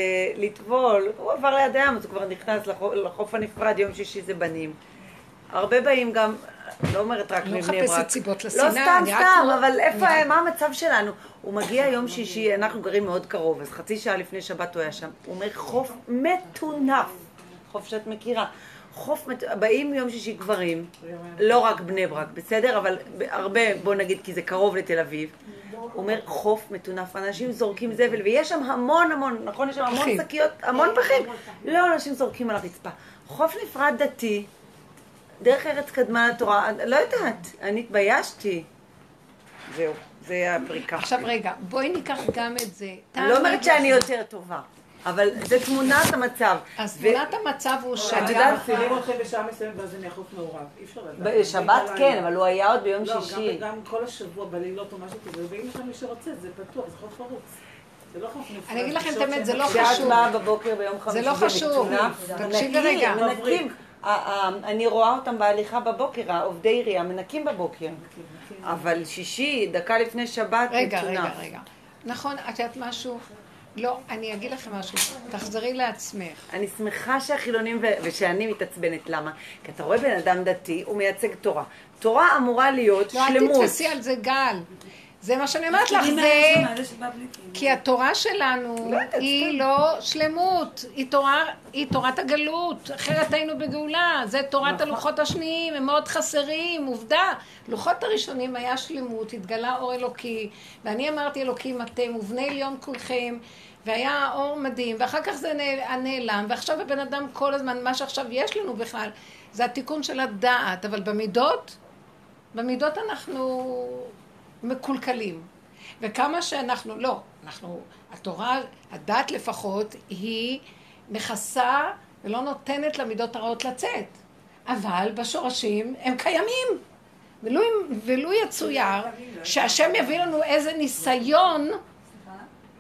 לטבול, הוא עבר ליד הים, אז הוא כבר נכנס לחוף הנפרד, יום שישי זה בנים. הרבה באים גם, לא אומרת רק מבני ברק. לא מחפשת סיבות לשנאה. לא סתם, סתם, אבל איפה, מה המצב שלנו? הוא מגיע יום שישי, אנחנו גרים מאוד קרוב, אז חצי שעה לפני שבת הוא היה שם. הוא אומר, חוף מטונף. חוף שאת מכירה. חוף מטונף. באים יום שישי גברים, לא רק בני ברק, בסדר? אבל הרבה, בוא נגיד, כי זה קרוב לתל אביב. הוא אומר, חוף מטונף. אנשים זורקים זבל, ויש שם המון המון, נכון? יש שם המון שקיות, המון פחים. לא, אנשים זורקים על הרצפה. חוף נפרד דתי. דרך ארץ קדמה לתורה, לא יודעת, אני התביישתי. זהו, זה הפריקה. עכשיו רגע, בואי ניקח גם את זה. אני לא אומרת שאני יותר טובה, אבל זה תמונת המצב. אז תמונת המצב הוא שגם... את יודעת, מפעילים אתכם בשעה מסוימת ואז זה מהחוף מעורב. אי אפשר לדעת. בשבת כן, אבל הוא היה עוד ביום שישי. שישי. גם כל השבוע בלילות או משהו כזה, ואם לכם מי שרוצה, זה פתוח, זה חוף ערוץ. זה לא חוף נפרד. אני אגיד לכם את האמת, זה לא חשוב. שאת באה בבוקר ביום חמישי. זה לא חשוב. תקשיבי רגע. מנקים. אני רואה אותם בהליכה בבוקר, העובדי עירייה מנקים בבוקר. אבל שישי, דקה לפני שבת, רגע, רגע, רגע. נכון, את יודעת משהו? לא, אני אגיד לכם משהו. תחזרי לעצמך. אני שמחה שהחילונים ושאני מתעצבנת. למה? כי אתה רואה בן אדם דתי, הוא מייצג תורה. תורה אמורה להיות שלמות. לא, אל תתפסי על זה גל. זה מה שאני אומרת לך, זה... כי התורה שלנו היא לא שלמות, היא תורה, היא תורת הגלות, אחרת היינו בגאולה, זה תורת הלוחות השניים, הם מאוד חסרים, עובדה. לוחות הראשונים היה שלמות, התגלה אור אלוקי, ואני אמרתי אלוקים אתם, ובני עליון כולכם, והיה אור מדהים, ואחר כך זה נעלם, ועכשיו הבן אדם כל הזמן, מה שעכשיו יש לנו בכלל, זה התיקון של הדעת, אבל במידות, במידות אנחנו... מקולקלים. וכמה שאנחנו, לא, אנחנו, התורה, הדת לפחות, היא מכסה ולא נותנת למידות הרעות לצאת. אבל בשורשים הם קיימים. ולו, ולו יצויר שהשם יביא לנו איזה ניסיון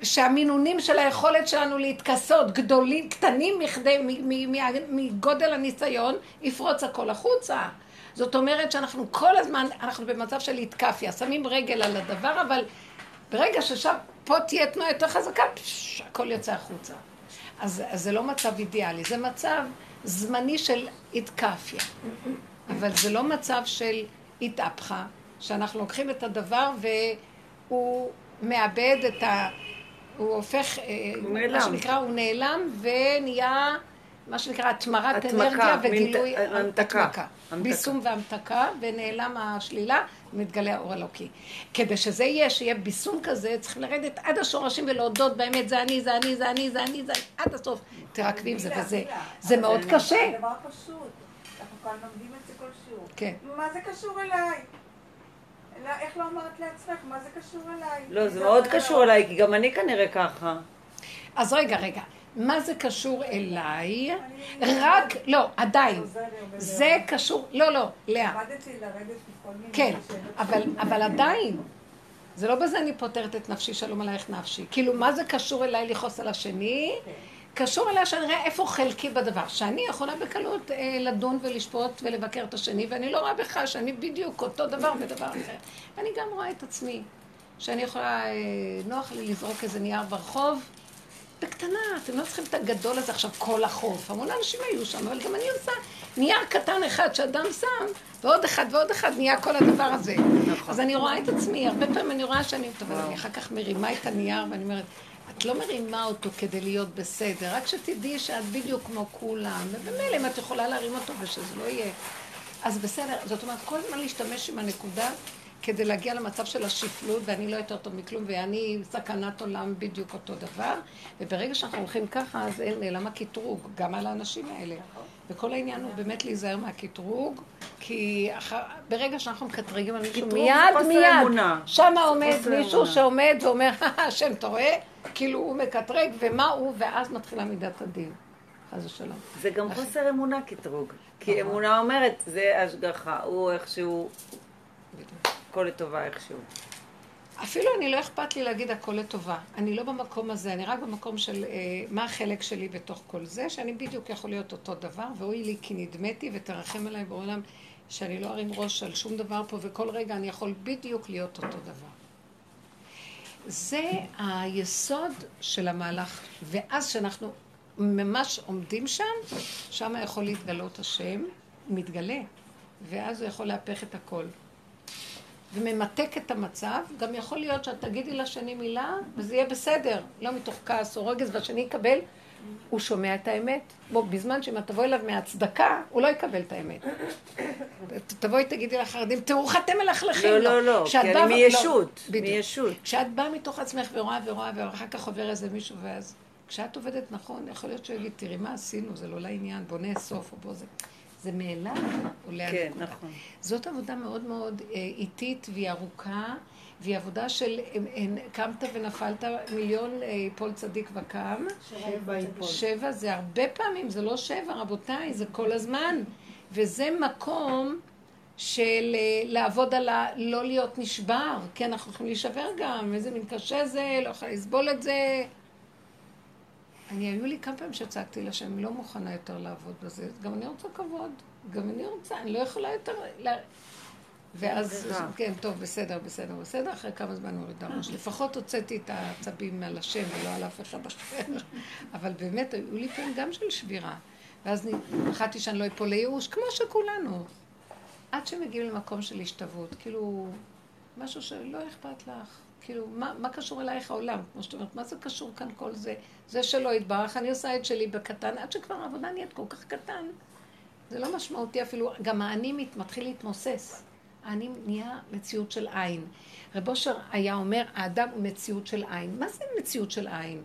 שהמינונים של היכולת שלנו להתכסות גדולים, קטנים מכדי, מגודל הניסיון, יפרוץ הכל החוצה. זאת אומרת שאנחנו כל הזמן, אנחנו במצב של התקפיה, שמים רגל על הדבר, אבל ברגע ששם פה תהיה תנועה יותר חזקה, פש, הכל יוצא החוצה. אז, אז זה לא מצב אידיאלי, זה מצב זמני של התקפיה. אבל זה לא מצב של התהפכה, שאנחנו לוקחים את הדבר והוא מאבד את ה... הוא הופך, מה שנקרא, הוא נעלם ונהיה, מה שנקרא, התמרת אנרגיה וגילוי המתקה. ביסום והמתקה, ונעלם השלילה, ומתגלה האור אלוקי. כדי שזה יהיה, שיהיה ביסום כזה, צריכים לרדת עד השורשים ולהודות באמת, זה אני, זה אני, זה אני, זה אני, זה אני, עד הסוף. תרקבי עם זה, וזה זה מאוד קשה. זה דבר פשוט. אנחנו כאן לומדים את זה כל שיעור. כן. מה זה קשור אליי? איך לא אמרת לעצמך, מה זה קשור אליי? לא, זה מאוד קשור אליי, כי גם אני כנראה ככה. אז רגע, רגע. מה זה קשור אליי? רק, לא, עדיין. זה קשור, לא, לא, לאה. עמדתי לרדת מכל מיני... כן, אבל, אבל עדיין. זה לא בזה אני פותרת את נפשי, שלום עלייך נפשי. כאילו, מה זה קשור אליי לכעוס על השני? קשור אליי שאני רואה איפה חלקי בדבר. שאני יכולה בקלות אה, לדון ולשפוט ולבקר את השני, ואני לא רואה בך שאני בדיוק אותו דבר בדבר אחר. אני גם רואה את עצמי, שאני יכולה, אה, נוח לי לזרוק איזה נייר ברחוב, בקטנה, אתם לא צריכים את הגדול הזה עכשיו כל החוף. המון אנשים היו שם, אבל גם אני עושה נייר קטן אחד שאדם שם, ועוד אחד ועוד אחד נהיה כל הדבר הזה. אז אני רואה את עצמי, הרבה פעמים אני רואה שאני, טוב, אבל אני אחר כך מרימה את הנייר ואני אומרת, את לא מרימה אותו כדי להיות בסדר, רק שתדעי שאת בדיוק כמו כולם, ובמילא אם את יכולה להרים אותו ושזה לא יהיה. אז בסדר, זאת אומרת, כל הזמן להשתמש עם הנקודה כדי להגיע למצב של השפלות, ואני לא יותר טוב מכלום, ואני סכנת עולם בדיוק אותו דבר, וברגע שאנחנו הולכים ככה, אז אין נעלם הקטרוג, גם על האנשים האלה. וכל העניין הוא באמת להיזהר מהקטרוג, כי אחר, ברגע שאנחנו מקטרגים על מישהו, מיד מיד, שם עומד מישהו שעומד ואומר, השם, אתה רואה? כאילו הוא מקטרג, ומה הוא, ואז מתחילה מידת הדין. חס ושלום. זה גם חוסר אמונה קטרוג, כי אמונה אומרת, זה השגחה, הוא איכשהו, הכל לטובה איכשהו. אפילו אני לא אכפת לי להגיד הכל לטובה. אני לא במקום הזה, אני רק במקום של אה, מה החלק שלי בתוך כל זה, שאני בדיוק יכול להיות אותו דבר, ואוי לי כי נדמתי ותרחם עליי בעולם שאני לא ארים ראש על שום דבר פה, וכל רגע אני יכול בדיוק להיות אותו דבר. זה היסוד של המהלך, ואז שאנחנו ממש עומדים שם, שם יכול להתגלות השם, מתגלה, ואז הוא יכול להפך את הכל. וממתק את המצב, גם יכול להיות שאת תגידי לשני מילה, וזה יהיה בסדר, לא מתוך כעס או רגז, והשני יקבל, הוא שומע את האמת. בוא, בזמן שאם את תבואי אליו מהצדקה, הוא לא יקבל את האמת. תבואי, תגידי לחרדים, תראו חתם מלכלכים. לא, לא, לא, כי אני מישות, מישות. כשאת באה מתוך עצמך ורואה ורואה, ואחר כך עובר איזה מישהו, ואז כשאת עובדת נכון, יכול להיות שהוא יגיד, תראי מה עשינו, זה לא לעניין, בוא נאסוף או בוא זה. זה מאליו עולה על כן, נכון. זאת עבודה מאוד מאוד איטית והיא ארוכה, והיא עבודה של קמת ונפלת, מיליון פול צדיק וקם. שבע יפול. שבע זה הרבה פעמים, זה לא שבע, רבותיי, זה כל הזמן. וזה מקום של לעבוד על ה... לא להיות נשבר, כי אנחנו יכולים להישבר גם, איזה מין קשה זה, לא יכולה לסבול את זה. אני, היו לי כמה פעמים שצעקתי לה שאני לא מוכנה יותר לעבוד בזה, גם אני רוצה כבוד, גם אני רוצה, אני לא יכולה יותר... לה... ואז, כן, טוב, בסדר, בסדר, בסדר, אחרי כמה זמן הורידה ראש. לפחות הוצאתי את העצבים מעל השם ולא על אף אחד אחר. אבל באמת, היו לי פעמים גם של שבירה. ואז פחדתי שאני לא אפול לייאוש, כמו שכולנו. עד שמגיעים למקום של השתוות, כאילו, משהו שלא אכפת לך. כאילו, מה, מה קשור אלייך העולם? כמו שאת אומרת, מה זה קשור כאן כל זה? זה שלא יתברך, אני עושה את שלי בקטן, עד שכבר העבודה נהיית כל כך קטן. זה לא משמעותי אפילו, גם האני מתחיל להתמוסס. האני נהיה מציאות של עין. רב אושר היה אומר, האדם הוא מציאות של עין. מה זה מציאות של עין?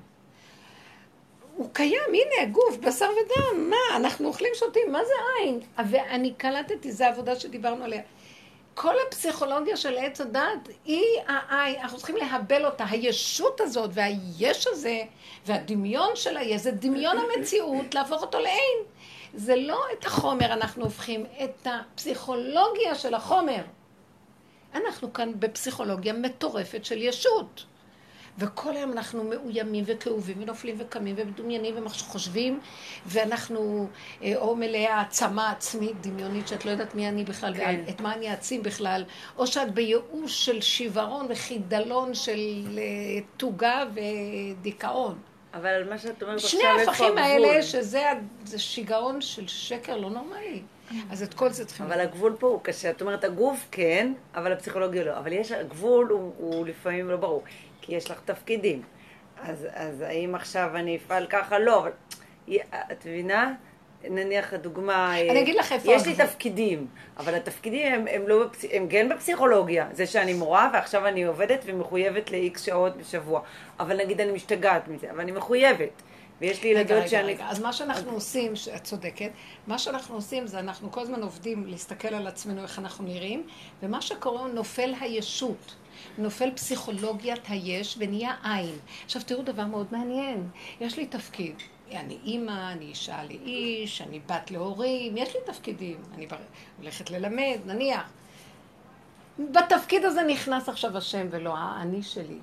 הוא קיים, הנה, גוף, בשר ודם, מה? אנחנו אוכלים שותים, מה זה עין? ואני קלטתי, זו העבודה שדיברנו עליה. כל הפסיכולוגיה של עץ הדת היא העין, אנחנו צריכים להבל אותה, הישות הזאת והיש הזה והדמיון של היש, זה דמיון המציאות, להפוך אותו לעין. זה לא את החומר אנחנו הופכים, את הפסיכולוגיה של החומר. אנחנו כאן בפסיכולוגיה מטורפת של ישות. וכל היום אנחנו מאוימים וכאובים ונופלים וקמים ומדומיינים וחושבים, ואנחנו או מלאה העצמה עצמית דמיונית שאת לא יודעת מי אני בכלל, כן. ואת מה אני אעצים בכלל, או שאת בייאוש של שיוורון וחידלון של תוגה ודיכאון. אבל מה שאת אומרת שני ההפכים האלה, שזה שיגעון של שקר לא נורמלי. אז את כל זה צריכים... אבל הגבול פה הוא קשה. את אומרת, הגוף כן, אבל הפסיכולוגיה לא. אבל יש, הגבול הוא, הוא לפעמים לא ברור. כי יש לך תפקידים. אז, אז האם עכשיו אני אפעל ככה? לא, אבל... את מבינה? נניח הדוגמה... אני אגיד לך איפה... יש לי תפקידים, אבל התפקידים הם, הם, לא, הם כן בפסיכולוגיה. זה שאני מורה ועכשיו אני עובדת ומחויבת ל-X שעות בשבוע. אבל נגיד אני משתגעת מזה, אבל אני מחויבת. ויש לי ילדות רגע, שאני... רגע, רגע. אז מה שאנחנו עושים, את צודקת, מה שאנחנו עושים זה אנחנו כל הזמן עובדים להסתכל על עצמנו איך אנחנו נראים, ומה שקורה נופל הישות, נופל פסיכולוגיית היש ונהיה עין. עכשיו תראו דבר מאוד מעניין, יש לי תפקיד, אני אימא, אני אישה לאיש, אני בת להורים, יש לי תפקידים, אני הולכת ללמד, נניח. בתפקיד הזה נכנס עכשיו השם ולא האני שלי.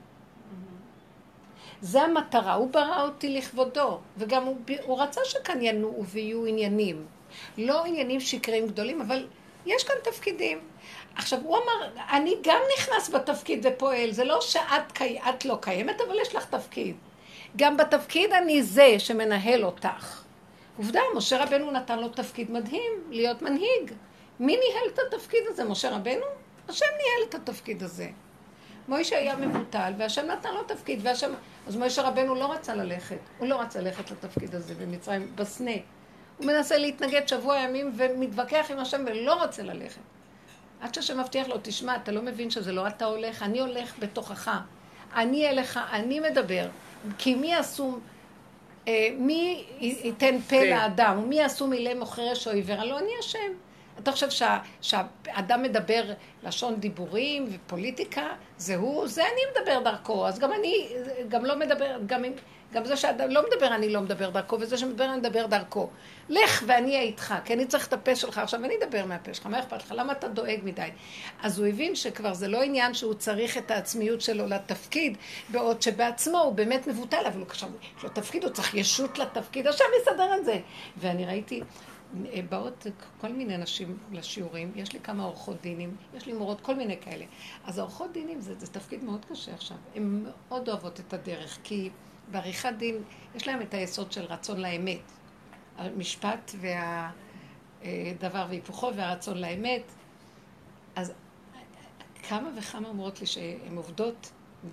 זה המטרה, הוא ברא אותי לכבודו, וגם הוא, הוא רצה שכאן ינועו ויהיו עניינים. לא עניינים שקריים גדולים, אבל יש כאן תפקידים. עכשיו, הוא אמר, אני גם נכנס בתפקיד ופועל, זה לא שאת את לא קיימת, אבל יש לך תפקיד. גם בתפקיד אני זה שמנהל אותך. עובדה, משה רבנו נתן לו תפקיד מדהים, להיות מנהיג. מי ניהל את התפקיד הזה? משה רבנו? השם ניהל את התפקיד הזה. מוישה היה מבוטל, והשם נתן לו תפקיד, והשם... אז מוישה רבנו לא רצה ללכת, הוא לא רצה ללכת לתפקיד הזה במצרים, בסנה. הוא מנסה להתנגד שבוע ימים ומתווכח עם השם ולא רוצה ללכת. עד שהשם מבטיח לו, תשמע, אתה לא מבין שזה לא אתה הולך, אני הולך בתוכך. אני אליך, אני מדבר. כי מי עשו, אה, מי ייתן פה לאדם, ומי עשו מילי מוכרש או עיוור, הלא אני השם. אתה חושב שה, שהאדם מדבר לשון דיבורים ופוליטיקה, זה הוא, זה אני מדבר דרכו, אז גם אני, גם לא מדבר, גם, גם זה שאדם לא מדבר, אני לא מדבר דרכו, וזה שמדבר, אני מדבר דרכו. לך ואני אהיה איתך, כי אני צריך את הפה שלך, עכשיו אני אדבר מהפה שלך, מה אכפת לך? למה אתה דואג מדי? אז הוא הבין שכבר זה לא עניין שהוא צריך את העצמיות שלו לתפקיד, בעוד שבעצמו הוא באמת מבוטל, אבל הוא קשור, יש לו תפקיד, הוא צריך ישות לתפקיד, עכשיו יסדר את זה. ואני ראיתי... באות כל מיני אנשים לשיעורים, יש לי כמה עורכות דינים, יש לי מורות, כל מיני כאלה. אז העורכות דינים זה, זה תפקיד מאוד קשה עכשיו. הן מאוד אוהבות את הדרך, כי בעריכת דין יש להם את היסוד של רצון לאמת. המשפט והדבר והיפוכו והרצון לאמת. אז כמה וכמה אומרות לי שהן עובדות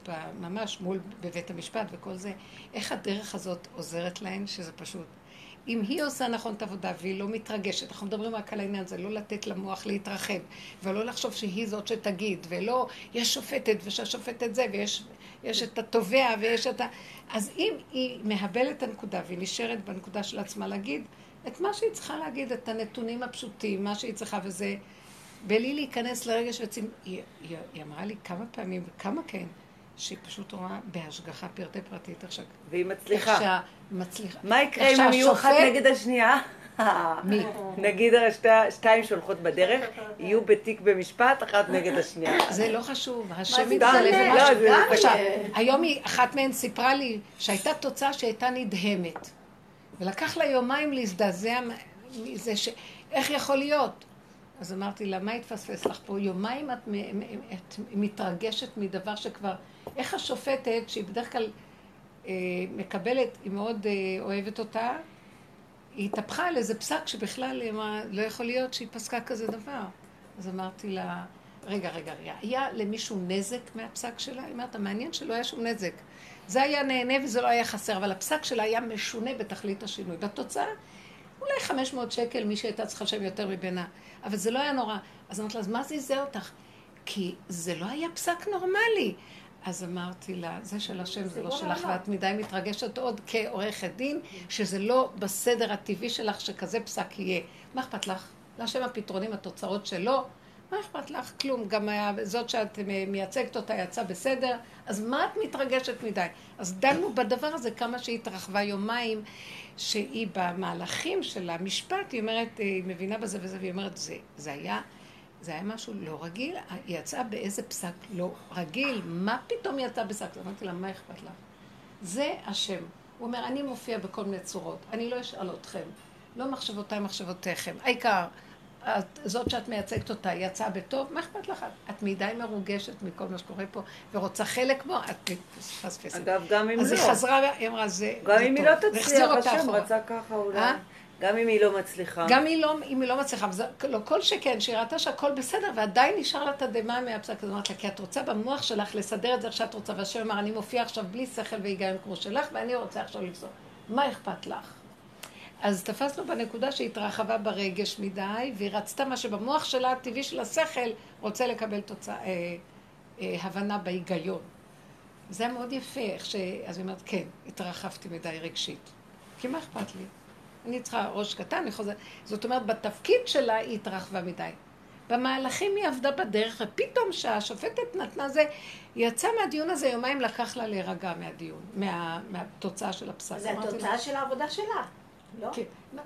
ממש מול בבית המשפט וכל זה, איך הדרך הזאת עוזרת להן, שזה פשוט. אם היא עושה נכון את העבודה והיא לא מתרגשת, אנחנו מדברים רק על העניין הזה, לא לתת למוח להתרחב, ולא לחשוב שהיא זאת שתגיד, ולא, יש שופטת ושהשופטת זה, ויש יש את התובע ויש את ה... אז אם היא מהבלת את הנקודה והיא נשארת בנקודה של עצמה להגיד, את מה שהיא צריכה להגיד, את הנתונים הפשוטים, מה שהיא צריכה, וזה, בלי להיכנס לרגש וצים... היא, היא, היא אמרה לי כמה פעמים וכמה כן, שהיא פשוט רואה בהשגחה פרטי פרטית עכשיו. והיא מצליחה. מצליחה. מה יקרה אם הם יהיו אחת נגד השנייה? מי? נגיד שתיים שהולכות בדרך, יהיו בתיק במשפט, אחת נגד השנייה. זה לא חשוב, השם מתגלה במשהו. עכשיו, היום אחת מהן סיפרה לי שהייתה תוצאה שהייתה נדהמת. ולקח לה יומיים להזדעזע מזה ש... איך יכול להיות? אז אמרתי לה, מה התפספס לך פה? יומיים את, את מתרגשת מדבר שכבר... איך השופטת, שהיא בדרך כלל אה, מקבלת, היא מאוד אה, אוהבת אותה, היא התהפכה על איזה פסק שבכלל מה, לא יכול להיות שהיא פסקה כזה דבר. אז אמרתי לה, רגע, רגע, רגע, היה למישהו נזק מהפסק שלה? היא אומרת, המעניין שלא היה שום נזק. זה היה נהנה וזה לא היה חסר, אבל הפסק שלה היה משונה בתכלית השינוי. בתוצאה, אולי חמש מאות שקל, מי שהייתה צריכה לשם יותר מבינה. אבל זה לא היה נורא. אז אמרתי לה, אז מה זה אותך? כי זה לא היה פסק נורמלי. אז אמרתי לה, זה של השם, זה לא שלך, ואת מדי מתרגשת עוד כעורכת דין, שזה לא בסדר הטבעי שלך שכזה פסק יהיה. מה אכפת לך? להשם הפתרונים, התוצאות שלו, מה אכפת לך? כלום. גם זאת שאת מייצגת אותה יצא בסדר, אז מה את מתרגשת מדי? אז דנו בדבר הזה כמה שהיא התרחבה יומיים, שהיא במהלכים של המשפט, היא אומרת, היא מבינה בזה וזה, והיא אומרת, זה, זה היה זה היה משהו לא רגיל, היא יצאה באיזה פסק לא רגיל, מה פתאום היא יצאה בפסק? אמרתי לה, מה אכפת לה? זה השם. הוא אומר, אני מופיע בכל מיני צורות, אני לא אשאל אתכם, לא מחשבותיי מחשבותיכם. העיקר, את, זאת שאת מייצגת אותה, היא יצאה בטוב, מה אכפת לך? את מדי מרוגשת מכל מה שקורה פה, ורוצה חלק בו, את מפספסת. אגב, גם אם לא. אז היא חזרה, היא אמרה, זה טוב. גם אם היא לא תצליח, השם רצה ככה אולי. גם אם היא לא מצליחה. גם אם היא לא מצליחה, לא כל שכן, שהיא ראתה שהכל בסדר, ועדיין נשאר לה תדמה מהפסק, אז אמרת לה, כי את רוצה במוח שלך לסדר את זה שאת רוצה, והשם אמר, אני מופיע עכשיו בלי שכל והיגיון כמו שלך, ואני רוצה עכשיו לפסור. מה אכפת לך? אז תפסנו בנקודה שהתרחבה ברגש מדי, והיא רצתה מה שבמוח שלה, הטבעי של השכל, רוצה לקבל תוצאה, אה, אה, הבנה בהיגיון. זה היה מאוד יפה, איך ש... אז היא אומרת, כן, התרחבתי מדי רגשית. כי מה אכפת לי? אני צריכה ראש קטן, אני חוזר... זאת אומרת, בתפקיד שלה היא התרחבה מדי. במהלכים היא עבדה בדרך, ופתאום שהשופטת נתנה זה, היא יצאה מהדיון הזה, יומיים לקח לה להירגע מהדיון, מה... מהתוצאה של הפסק. זה התוצאה של העבודה שלה. לא? כן.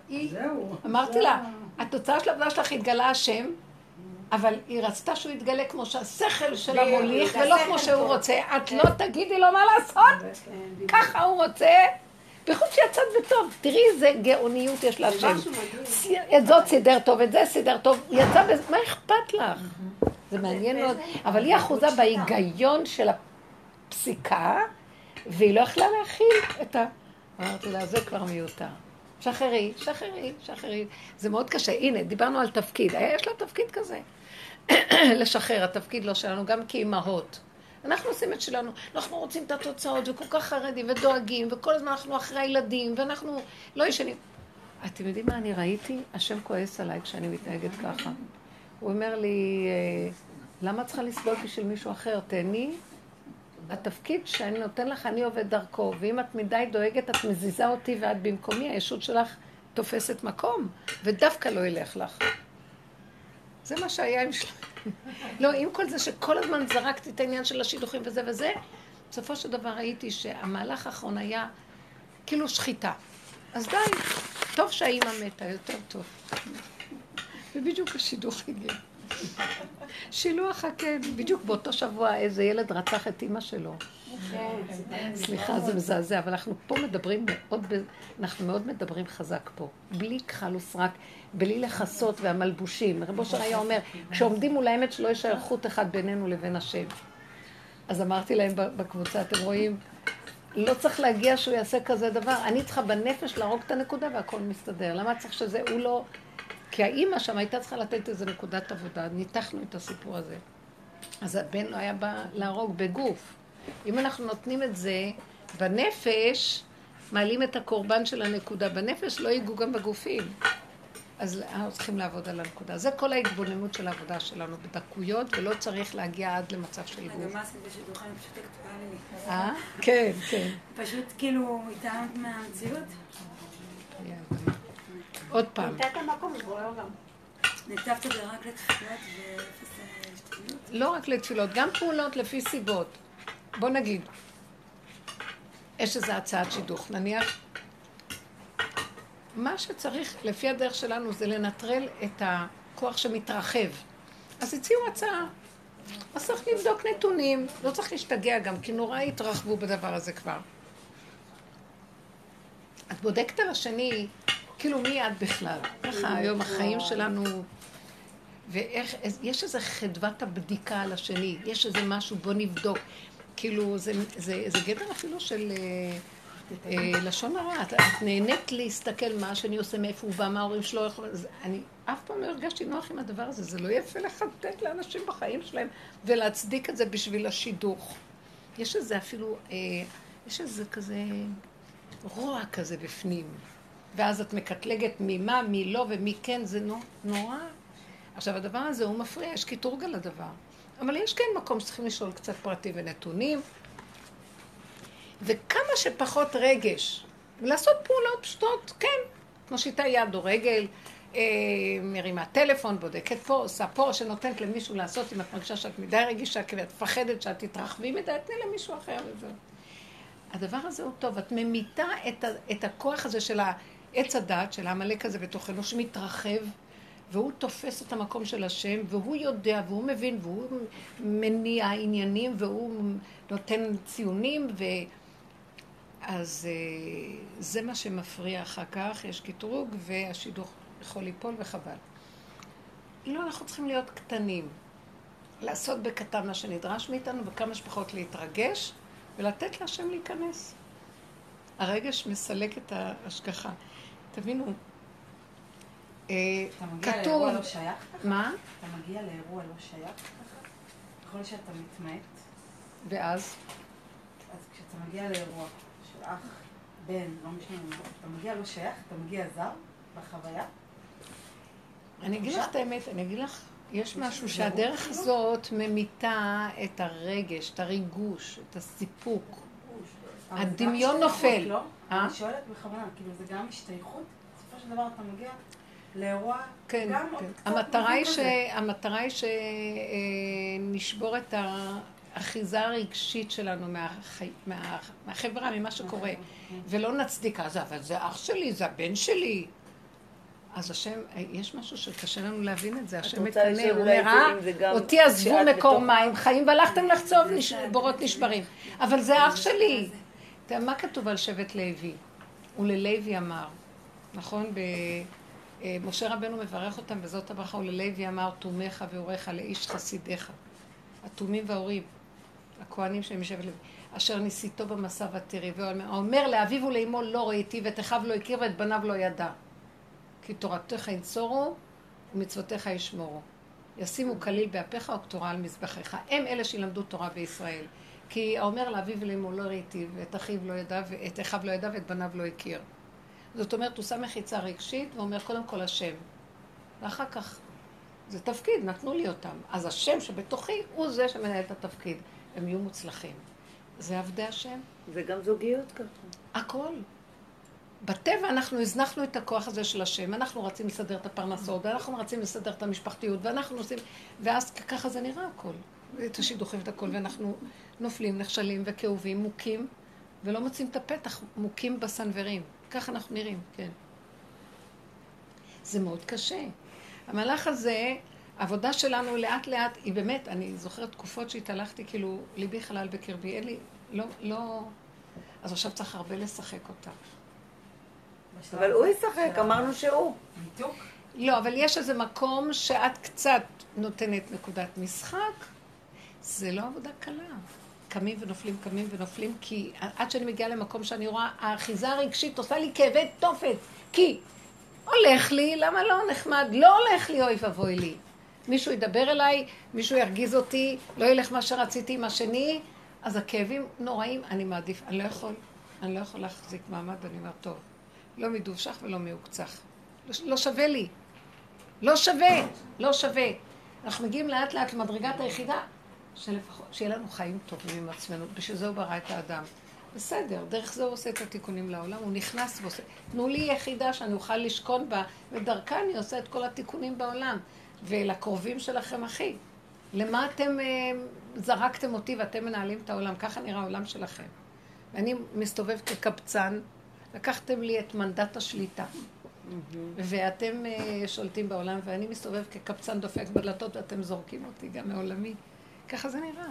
אמרתי לה, התוצאה של העבודה שלך התגלה השם, אבל היא רצתה שהוא יתגלה כמו שהשכל שלה מוליך, ולא כמו שהוא רוצה. את לא תגידי לו מה לעשות, ככה הוא רוצה, בחוץ שיצאת בטוב. תראי איזה גאוניות יש לה השם. את זאת סידר טוב, את זה סידר טוב, יצא בזה, מה אכפת לך? זה מעניין מאוד, אבל היא אחוזה בהיגיון של הפסיקה, והיא לא יכלה להכיל את ה... אמרתי לה, זה כבר מיותר. שחררי, שחררי, שחררי. זה מאוד קשה. הנה, דיברנו על תפקיד. יש לה תפקיד כזה. לשחרר, התפקיד לא שלנו, גם כאימהות. אנחנו עושים את שלנו. אנחנו רוצים את התוצאות, וכל כך חרדים ודואגים, וכל הזמן אנחנו אחרי הילדים, ואנחנו לא ישנים. אתם יודעים מה אני ראיתי? השם כועס עליי כשאני מתנהגת ככה. הוא אומר לי, למה צריכה לסבול בשביל מישהו אחר? תהני. התפקיד שאני נותן לך, אני עובד דרכו, ואם את מדי דואגת, את מזיזה אותי ואת במקומי, הישות שלך תופסת מקום, ודווקא לא ילך לך. זה מה שהיה עם שלנו. לא, עם כל זה שכל הזמן זרקתי את העניין של השידוכים וזה וזה, בסופו של דבר ראיתי שהמהלך האחרון היה כאילו שחיטה. אז די, טוב שהאימא מתה, יותר טוב. ובדיוק השידוך הגיע. שילוח הקן, בדיוק באותו שבוע איזה ילד רצח את אמא שלו. סליחה, זה מזעזע, אבל אנחנו פה מדברים מאוד, אנחנו מאוד מדברים חזק פה, בלי כחל וסרק, בלי לחסות והמלבושים. רב אושר היה אומר, כשעומדים מול האמת שלא יש חוט אחד בינינו לבין השם. אז אמרתי להם בקבוצה, אתם רואים, לא צריך להגיע שהוא יעשה כזה דבר, אני צריכה בנפש להרוג את הנקודה והכל מסתדר. למה צריך שזה, הוא לא... כי האמא שם הייתה צריכה לתת איזו נקודת עבודה, ניתחנו את הסיפור הזה. אז הבן לא היה בא להרוג בגוף. אם אנחנו נותנים את זה בנפש, מעלים את הקורבן של הנקודה. בנפש לא ייגעו גם בגופים. אז אנחנו צריכים לעבוד על הנקודה. זה כל ההתבוננות של העבודה שלנו בדקויות, ולא צריך להגיע עד למצב של גוף. רגע, מה עשית בשידוכים? פשוט הקטועה לי. אה? כן, כן. פשוט כאילו התעלמת מהמציאות? עוד פעם. נתת מקום, בואו גם. ניתבת את זה רק לתפילות ואפס שתפילות? לא רק לתפילות, גם פעולות לפי סיבות. בוא נגיד, יש איזו הצעת שידוך, נניח, מה שצריך לפי הדרך שלנו זה לנטרל את הכוח שמתרחב. אז הציעו הצעה. אז צריך לבדוק נתונים, לא צריך להשתגע גם, כי נורא התרחבו בדבר הזה כבר. את בודקת על השני, כאילו מי את בכלל? ככה היום החיים שלנו, ואיך, יש איזו חדוות הבדיקה על השני, יש איזה משהו, בוא נבדוק. כאילו, זה, זה, זה גדר אפילו של אה, אה, לשון הרע. את, את נהנית להסתכל מה השני עושה, מאיפה הוא בא, מה ההורים שלו, אני אף פעם לא הרגשתי נוח עם הדבר הזה, זה לא יפה לחטט לאנשים בחיים שלהם, ולהצדיק את זה בשביל השידוך. יש איזה אפילו, אה, יש איזה כזה רוע כזה בפנים. ואז את מקטלגת ממה, מי לא ומי כן, זה נורא. עכשיו, הדבר הזה הוא מפריע, יש קיטורג על הדבר. אבל יש כן מקום שצריכים לשאול קצת פרטים ונתונים. וכמה שפחות רגש, ולעשות פעולות פשוטות, כן. כמו שיטה יד או רגל, אה, מרימה טלפון, בודקת פה, עושה פה, שנותנת למישהו לעשות, אם את מרגישה שאת מדי רגישה, כי את פחדת שאת תתרחבי מדי, תני למישהו אחר וזהו. הדבר הזה הוא טוב, את ממיתה את, ה, את הכוח הזה של העץ הדת, של העמלק הזה בתוכנו, שמתרחב, והוא תופס את המקום של השם, והוא יודע, והוא מבין, והוא מניע עניינים, והוא נותן ציונים, ו... אז זה מה שמפריע אחר כך, יש קטרוג, והשידוך יכול ליפול וחבל. לא, אנחנו צריכים להיות קטנים, לעשות בקטן מה שנדרש מאיתנו, וכמה שפחות להתרגש, ולתת להשם להיכנס. הרגש מסלק את ההשגחה. תבינו, אתה מגיע כתוב... לאירוע לא שייך? מה? אתה מגיע לאירוע לא שייך? יכול להיות שאתה מתמעט. ואז? אז כשאתה מגיע לאירוע של אח, בן, לא משנה, אתה מגיע לא שייך, אתה מגיע זר בחוויה? אני אגיד לך את האמת, אני אגיד לך, יש משהו שהדרך הזאת ממיתה את הרגש, את הריגוש, את הסיפוק. הדמיון נופל. אני שואלת בכוונה, כאילו זה גם השתייכות? בסופו של דבר אתה מגיע לאירוע כן, גם כן. עוד קצת המטרה היא, ש... כזה. המטרה היא שנשבור את האחיזה הרגשית שלנו מהחי... מה... מהחברה, ממה שקורה, ולא נצדיק, אז אבל זה אח שלי, זה הבן שלי. אז השם, יש משהו שקשה לנו להבין את זה, השם מקנא, הוא אומר, אה, אותי עזבו מקור מים, חיים והלכתם לחצוב, בורות נשברים. אבל זה אח שלי. תראה, מה כתוב על שבט לוי? וללוי אמר, נכון? משה רבנו מברך אותם, וזאת הברכה, וללוי אמר, תומך ואורך לאיש חסידיך. התומים וההורים, הכהנים שהם משבט לוי, אשר ניסיתו במסע ותראי, ואומר לאביו ולאמו לא ראיתי, ואת אחיו לא הכיר ואת בניו לא ידע. כי תורתך ינצורו ומצוותיך ישמורו. ישימו כליל באפיך וכתורה על מזבחיך. הם אלה שילמדו תורה בישראל. כי האומר לאביו ולאמו לא ראיתי, ואת אחיו לא ידע, ואת אחיו לא ידע, ואת בניו לא הכיר. זאת אומרת, הוא שם מחיצה רגשית, ואומר קודם כל השם. ואחר כך, זה תפקיד, נתנו לי אותם. אז השם שבתוכי הוא זה שמנהל את התפקיד. הם יהיו מוצלחים. זה עבדי השם. זה גם זוגיות ככה. הכל. בטבע אנחנו הזנחנו את הכוח הזה של השם, אנחנו רצים לסדר את הפרנסות, ואנחנו רצים לסדר את המשפחתיות, ואנחנו עושים, ואז ככה זה נראה הכל. את השידוכים את הכל, ואנחנו נופלים, נכשלים וכאובים, מוכים, ולא מוצאים את הפתח, מוכים בסנוורים. ככה אנחנו נראים, כן. זה מאוד קשה. המהלך הזה, העבודה שלנו לאט לאט, היא באמת, אני זוכרת תקופות שהתהלכתי, כאילו, ליבי חלל בקרבי, אין לי, לא, לא, אז עכשיו צריך הרבה לשחק אותה. אבל הוא ישחק, אמרנו שהוא. ניתוק? לא, אבל יש איזה מקום שאת קצת נותנת נקודת משחק, זה לא עבודה קלה. קמים ונופלים, קמים ונופלים, כי עד שאני מגיעה למקום שאני רואה, האחיזה הרגשית עושה לי כאבי תופת, כי הולך לי, למה לא נחמד? לא הולך לי, אוי ואבוי לי. מישהו ידבר אליי, מישהו ירגיז אותי, לא ילך מה שרציתי עם השני, אז הכאבים נוראים, אני מעדיף, אני לא יכול, אני לא יכול להחזיק מעמד, אני אומר, טוב. לא מדובשך ולא מעוקצך. לא, לא שווה לי. לא שווה. לא שווה. אנחנו מגיעים לאט לאט למדרגת היחידה, שלפחות, שיהיה לנו חיים טובים עם עצמנו. בשביל זה הוא ברא את האדם. בסדר, דרך זה הוא עושה את התיקונים לעולם, הוא נכנס ועושה. תנו לי יחידה שאני אוכל לשכון בה, ודרכה אני עושה את כל התיקונים בעולם. ולקרובים שלכם, אחי. למה אתם אה, זרקתם אותי ואתם מנהלים את העולם? ככה נראה העולם שלכם. ואני מסתובב כקבצן, לקחתם לי את מנדט השליטה, ואתם שולטים בעולם, ואני מסתובב כקבצן דופק בדלתות, ואתם זורקים אותי גם מעולמי. ככה זה נראה.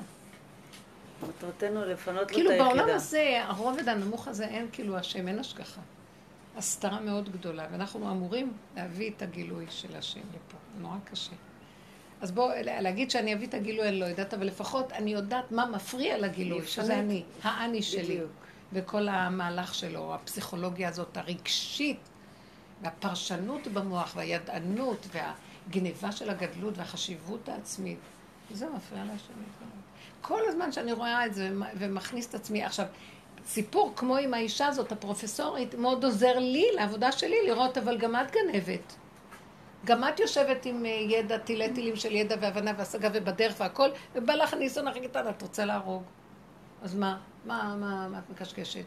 מטרתנו לפנות לו את כאילו היחידה. בעולם הזה, הרובד הנמוך הזה, אין כאילו השם, אין השגחה. הסתרה מאוד גדולה, ואנחנו אמורים להביא את הגילוי של השם לפה. נורא קשה. אז בואו, להגיד שאני אביא את הגילוי, אני לא יודעת, אבל לפחות אני יודעת מה מפריע לגילוי, שזה אני, האני שלי. וכל המהלך שלו, הפסיכולוגיה הזאת הרגשית, והפרשנות במוח, והידענות, והגניבה של הגדלות, והחשיבות העצמית. זה מפריע להשם. כל הזמן שאני רואה את זה ומכניס את עצמי. עכשיו, סיפור כמו עם האישה הזאת, הפרופסורית, מאוד עוזר לי, לעבודה שלי, לראות, אבל גם את גנבת. גם את יושבת עם ידע, תילי תילים של ידע והבנה והשגה ובדרך והכל, ובא לך ניסון הכי קטן, את רוצה להרוג. אז מה? מה, מה, מה את מקשקשת?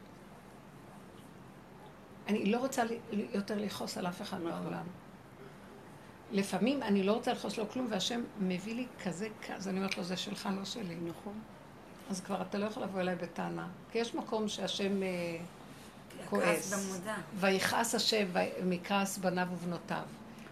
אני לא רוצה יותר לכעוס על אף אחד בעולם. לפעמים אני לא רוצה לכעוס לו כלום, והשם מביא לי כזה כזה, אני אומרת לו, זה שלך, לא שלי. נכון. אז כבר אתה לא יכול לבוא אליי בטענה. כי יש מקום שהשם כועס. במודע. ויכעס השם מכעס בניו ובנותיו.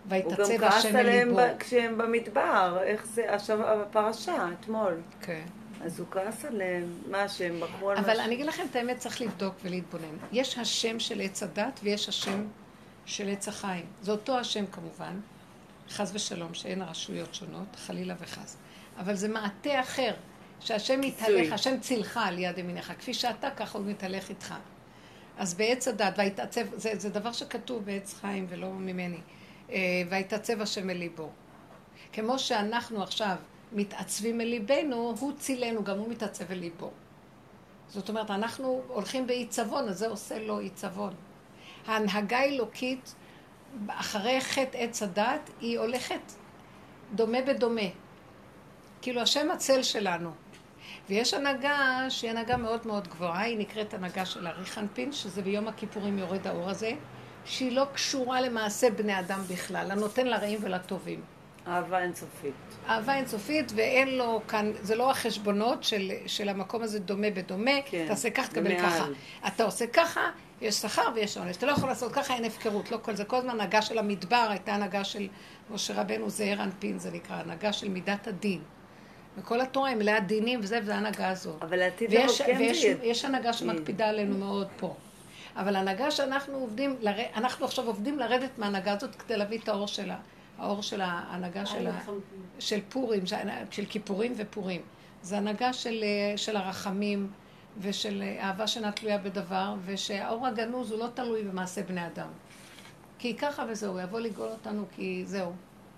והתעצב הוא גם כעס השם עליהם מליבו. ב- כשהם במדבר, איך זה, עכשיו בפרשה, אתמול. כן. אז הוא כעס עליהם, מה שהם בחרו על אבל משהו. אני אגיד לכם את האמת, צריך לבדוק ולהתבונן. יש השם של עץ הדת ויש השם של עץ החיים. זה אותו השם כמובן, חס ושלום, שאין רשויות שונות, חלילה וחס. אבל זה מעטה אחר, שהשם מתהלך, השם צילך על יד ימינך, כפי שאתה ככה הוא מתהלך איתך. אז בעץ הדת, והתעצב, זה, זה דבר שכתוב בעץ חיים ולא ממני, והתעצב השם אל ליבו. כמו שאנחנו עכשיו מתעצבים אל ליבנו, הוא צילנו, גם הוא מתעצב אל ליבו. זאת אומרת, אנחנו הולכים בעיצבון, אז זה עושה לו עיצבון. ההנהגה האלוקית, אחרי חטא עץ הדת, היא הולכת דומה בדומה. כאילו השם הצל שלנו. ויש הנהגה שהיא הנהגה מאוד מאוד גבוהה, היא נקראת הנהגה של אריך אנפין, שזה ביום הכיפורים יורד האור הזה, שהיא לא קשורה למעשה בני אדם בכלל, הנותן לרעים ולטובים. אהבה אינסופית. אהבה אינסופית, ואין לו כאן, זה לא החשבונות של, של המקום הזה דומה בדומה, כן, תעשה כך, תקבל ומעל. ככה. אתה עושה ככה, יש שכר ויש עונש. אתה לא יכול לעשות ככה, אין הפקרות, לא כל זה. כל הזמן הנהגה של המדבר, הייתה הנהגה של משה רבנו, זעיר אנפין, זה נקרא, הנהגה של מידת הדין. וכל התורה היא מלאה דינים וזה, וזה ההנהגה הזאת. אבל לעתיד ויש, לבוא כן ויש, זה יהיה. יש הנהגה שמקפידה עלינו מאוד פה. אבל ההנהגה שאנחנו עובדים, לר... אנחנו עכשיו עובדים לרדת מההנהגה הזאת כדי להביא את האור שלה. האור של ההנהגה של, ה... של פורים, של כיפורים ופורים. זה הנהגה של, של הרחמים ושל אהבה שאינה תלויה בדבר, ושהאור הגנוז הוא לא תלוי במעשה בני אדם. כי ככה וזהו, הוא יבוא לגאול אותנו כי זהו.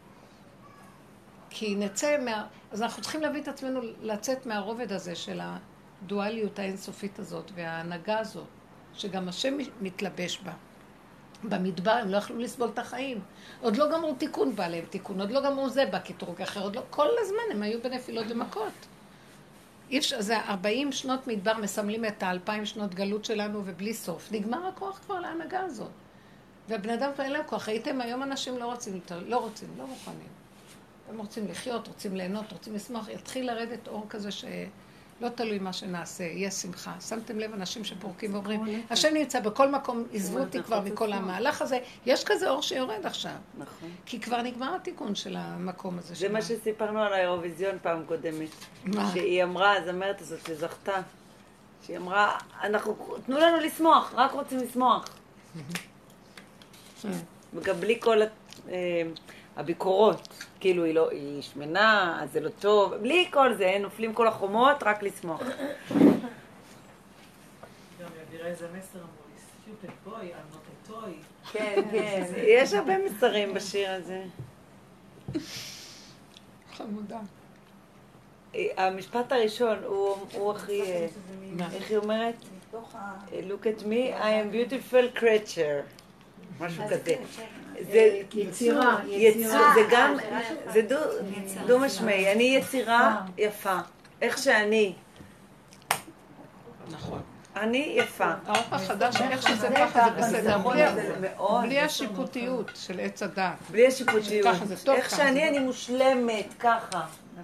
כי נצא מה... אז אנחנו צריכים להביא את עצמנו לצאת מהרובד הזה של הדואליות האינסופית הזאת וההנהגה הזאת, שגם השם מתלבש בה. במדבר הם לא יכלו לסבול את החיים. עוד לא גמרו תיקון, בא להם תיקון, עוד לא גמרו זה בקטרוג אחר, עוד לא... כל הזמן הם היו בנפילות ומכות. אי אפשר, זה ארבעים שנות מדבר מסמלים את האלפיים שנות גלות שלנו ובלי סוף. נגמר הכוח כבר להנהגה הזאת. והבני אדם כבר אין להם כוח. הייתם היום אנשים לא רוצים, לא רוצים, לא מוכנים. הם רוצים לחיות, רוצים ליהנות, רוצים לשמוח. יתחיל לרדת אור כזה שלא תלוי מה שנעשה, יהיה שמחה. שמתם לב אנשים שפורקים ואומרים, השם נמצא בכל מקום, עזבו אותי כבר מכל המהלך הזה. יש כזה אור שיורד עכשיו. נכון. כי כבר נגמר התיקון של המקום הזה. זה מה שסיפרנו על האירוויזיון פעם קודמת. מה? שהיא אמרה, הזמרת הזאת שזכתה, שהיא אמרה, אנחנו, תנו לנו לשמוח, רק רוצים לשמוח. וגם בלי כל הביקורות, כאילו היא לא, היא שמנה, אז זה לא טוב, בלי כל זה, נופלים כל החומות, רק לשמוח. גם יבירה איזה מסר אמרו לי, סטופד בוי, I'm not a toy. כן, כן, יש הרבה מסרים בשיר הזה. חמודה. המשפט הראשון הוא, הוא הכי, איך היא אומרת? Look at me, I am beautiful creature. משהו כזה. זה יצירה, יצירה. זה גם, זה דו משמעי. אני יצירה יפה. איך שאני. נכון. אני יפה. האור החדש, איך שזה ככה זה בסדר. בלי השיפוטיות של עץ הדעת. בלי השיפוטיות. ככה זה טוב. איך שאני, אני מושלמת, ככה.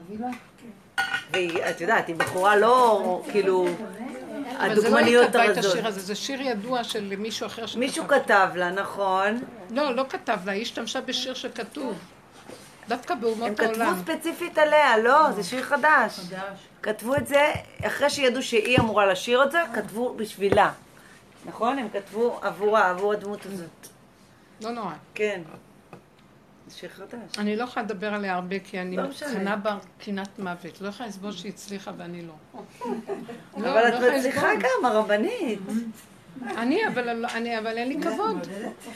ואת יודעת, היא בחורה לא, כאילו, הדוגמניות אבל זה לא היא כתבה את הרזות. השיר הזה, זה שיר ידוע של מישהו אחר שכתב. מישהו כתב לה, נכון? לא, לא כתב לה, היא השתמשה בשיר שכתוב. דווקא באומות הם העולם. כתבו ספציפית עליה, לא, זה שיר חדש. כתבו את זה, אחרי שידעו שהיא אמורה לשיר את זה, כתבו בשבילה. נכון? הם כתבו עבורה, עבור הדמות הזאת. לא נורא. כן. זה שיר חדש. אני לא יכולה לדבר עליה הרבה, כי אני לא משנה. מקנה בה קינת מוות. לא יכולה לסבול שהיא הצליחה ואני לא. לא, אבל לא את יכולה מצליחה לסבול. גם, הרבנית. אני, אבל אני- אבל אין לי כבוד.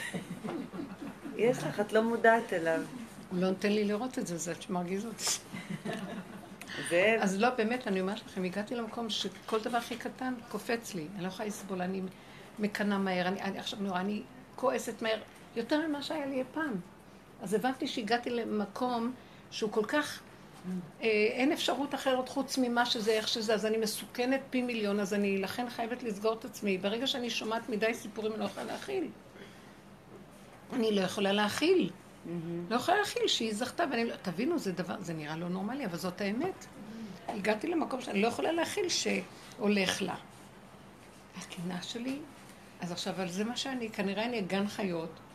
יש לך, את לא מודעת אליו. הוא לא נותן לי לראות את זה, זה מרגיז אותי. זה... אז לא, באמת, אני אומרת לכם, הגעתי למקום שכל דבר הכי קטן קופץ לי. אני לא יכולה לסבול, אני מקנה מהר, אני, אני עכשיו נורא, אני כועסת מהר, יותר ממה שהיה לי אי פעם. אז הבנתי שהגעתי למקום שהוא כל כך, אה, אין אפשרות אחרת חוץ ממה שזה, איך שזה, אז אני מסוכנת פי מיליון, אז אני לכן חייבת לסגור את עצמי. ברגע שאני שומעת מדי סיפורים, אני לא יכולה להכיל. אני לא יכולה להכיל. לא יכולה להכיל שהיא זכתה, ואני לא... תבינו, זה דבר, זה נראה לא נורמלי, אבל זאת האמת. הגעתי למקום שאני לא יכולה להכיל שהולך לה. הקנאה שלי, אז עכשיו, אבל זה מה שאני, כנראה אני גן חיות,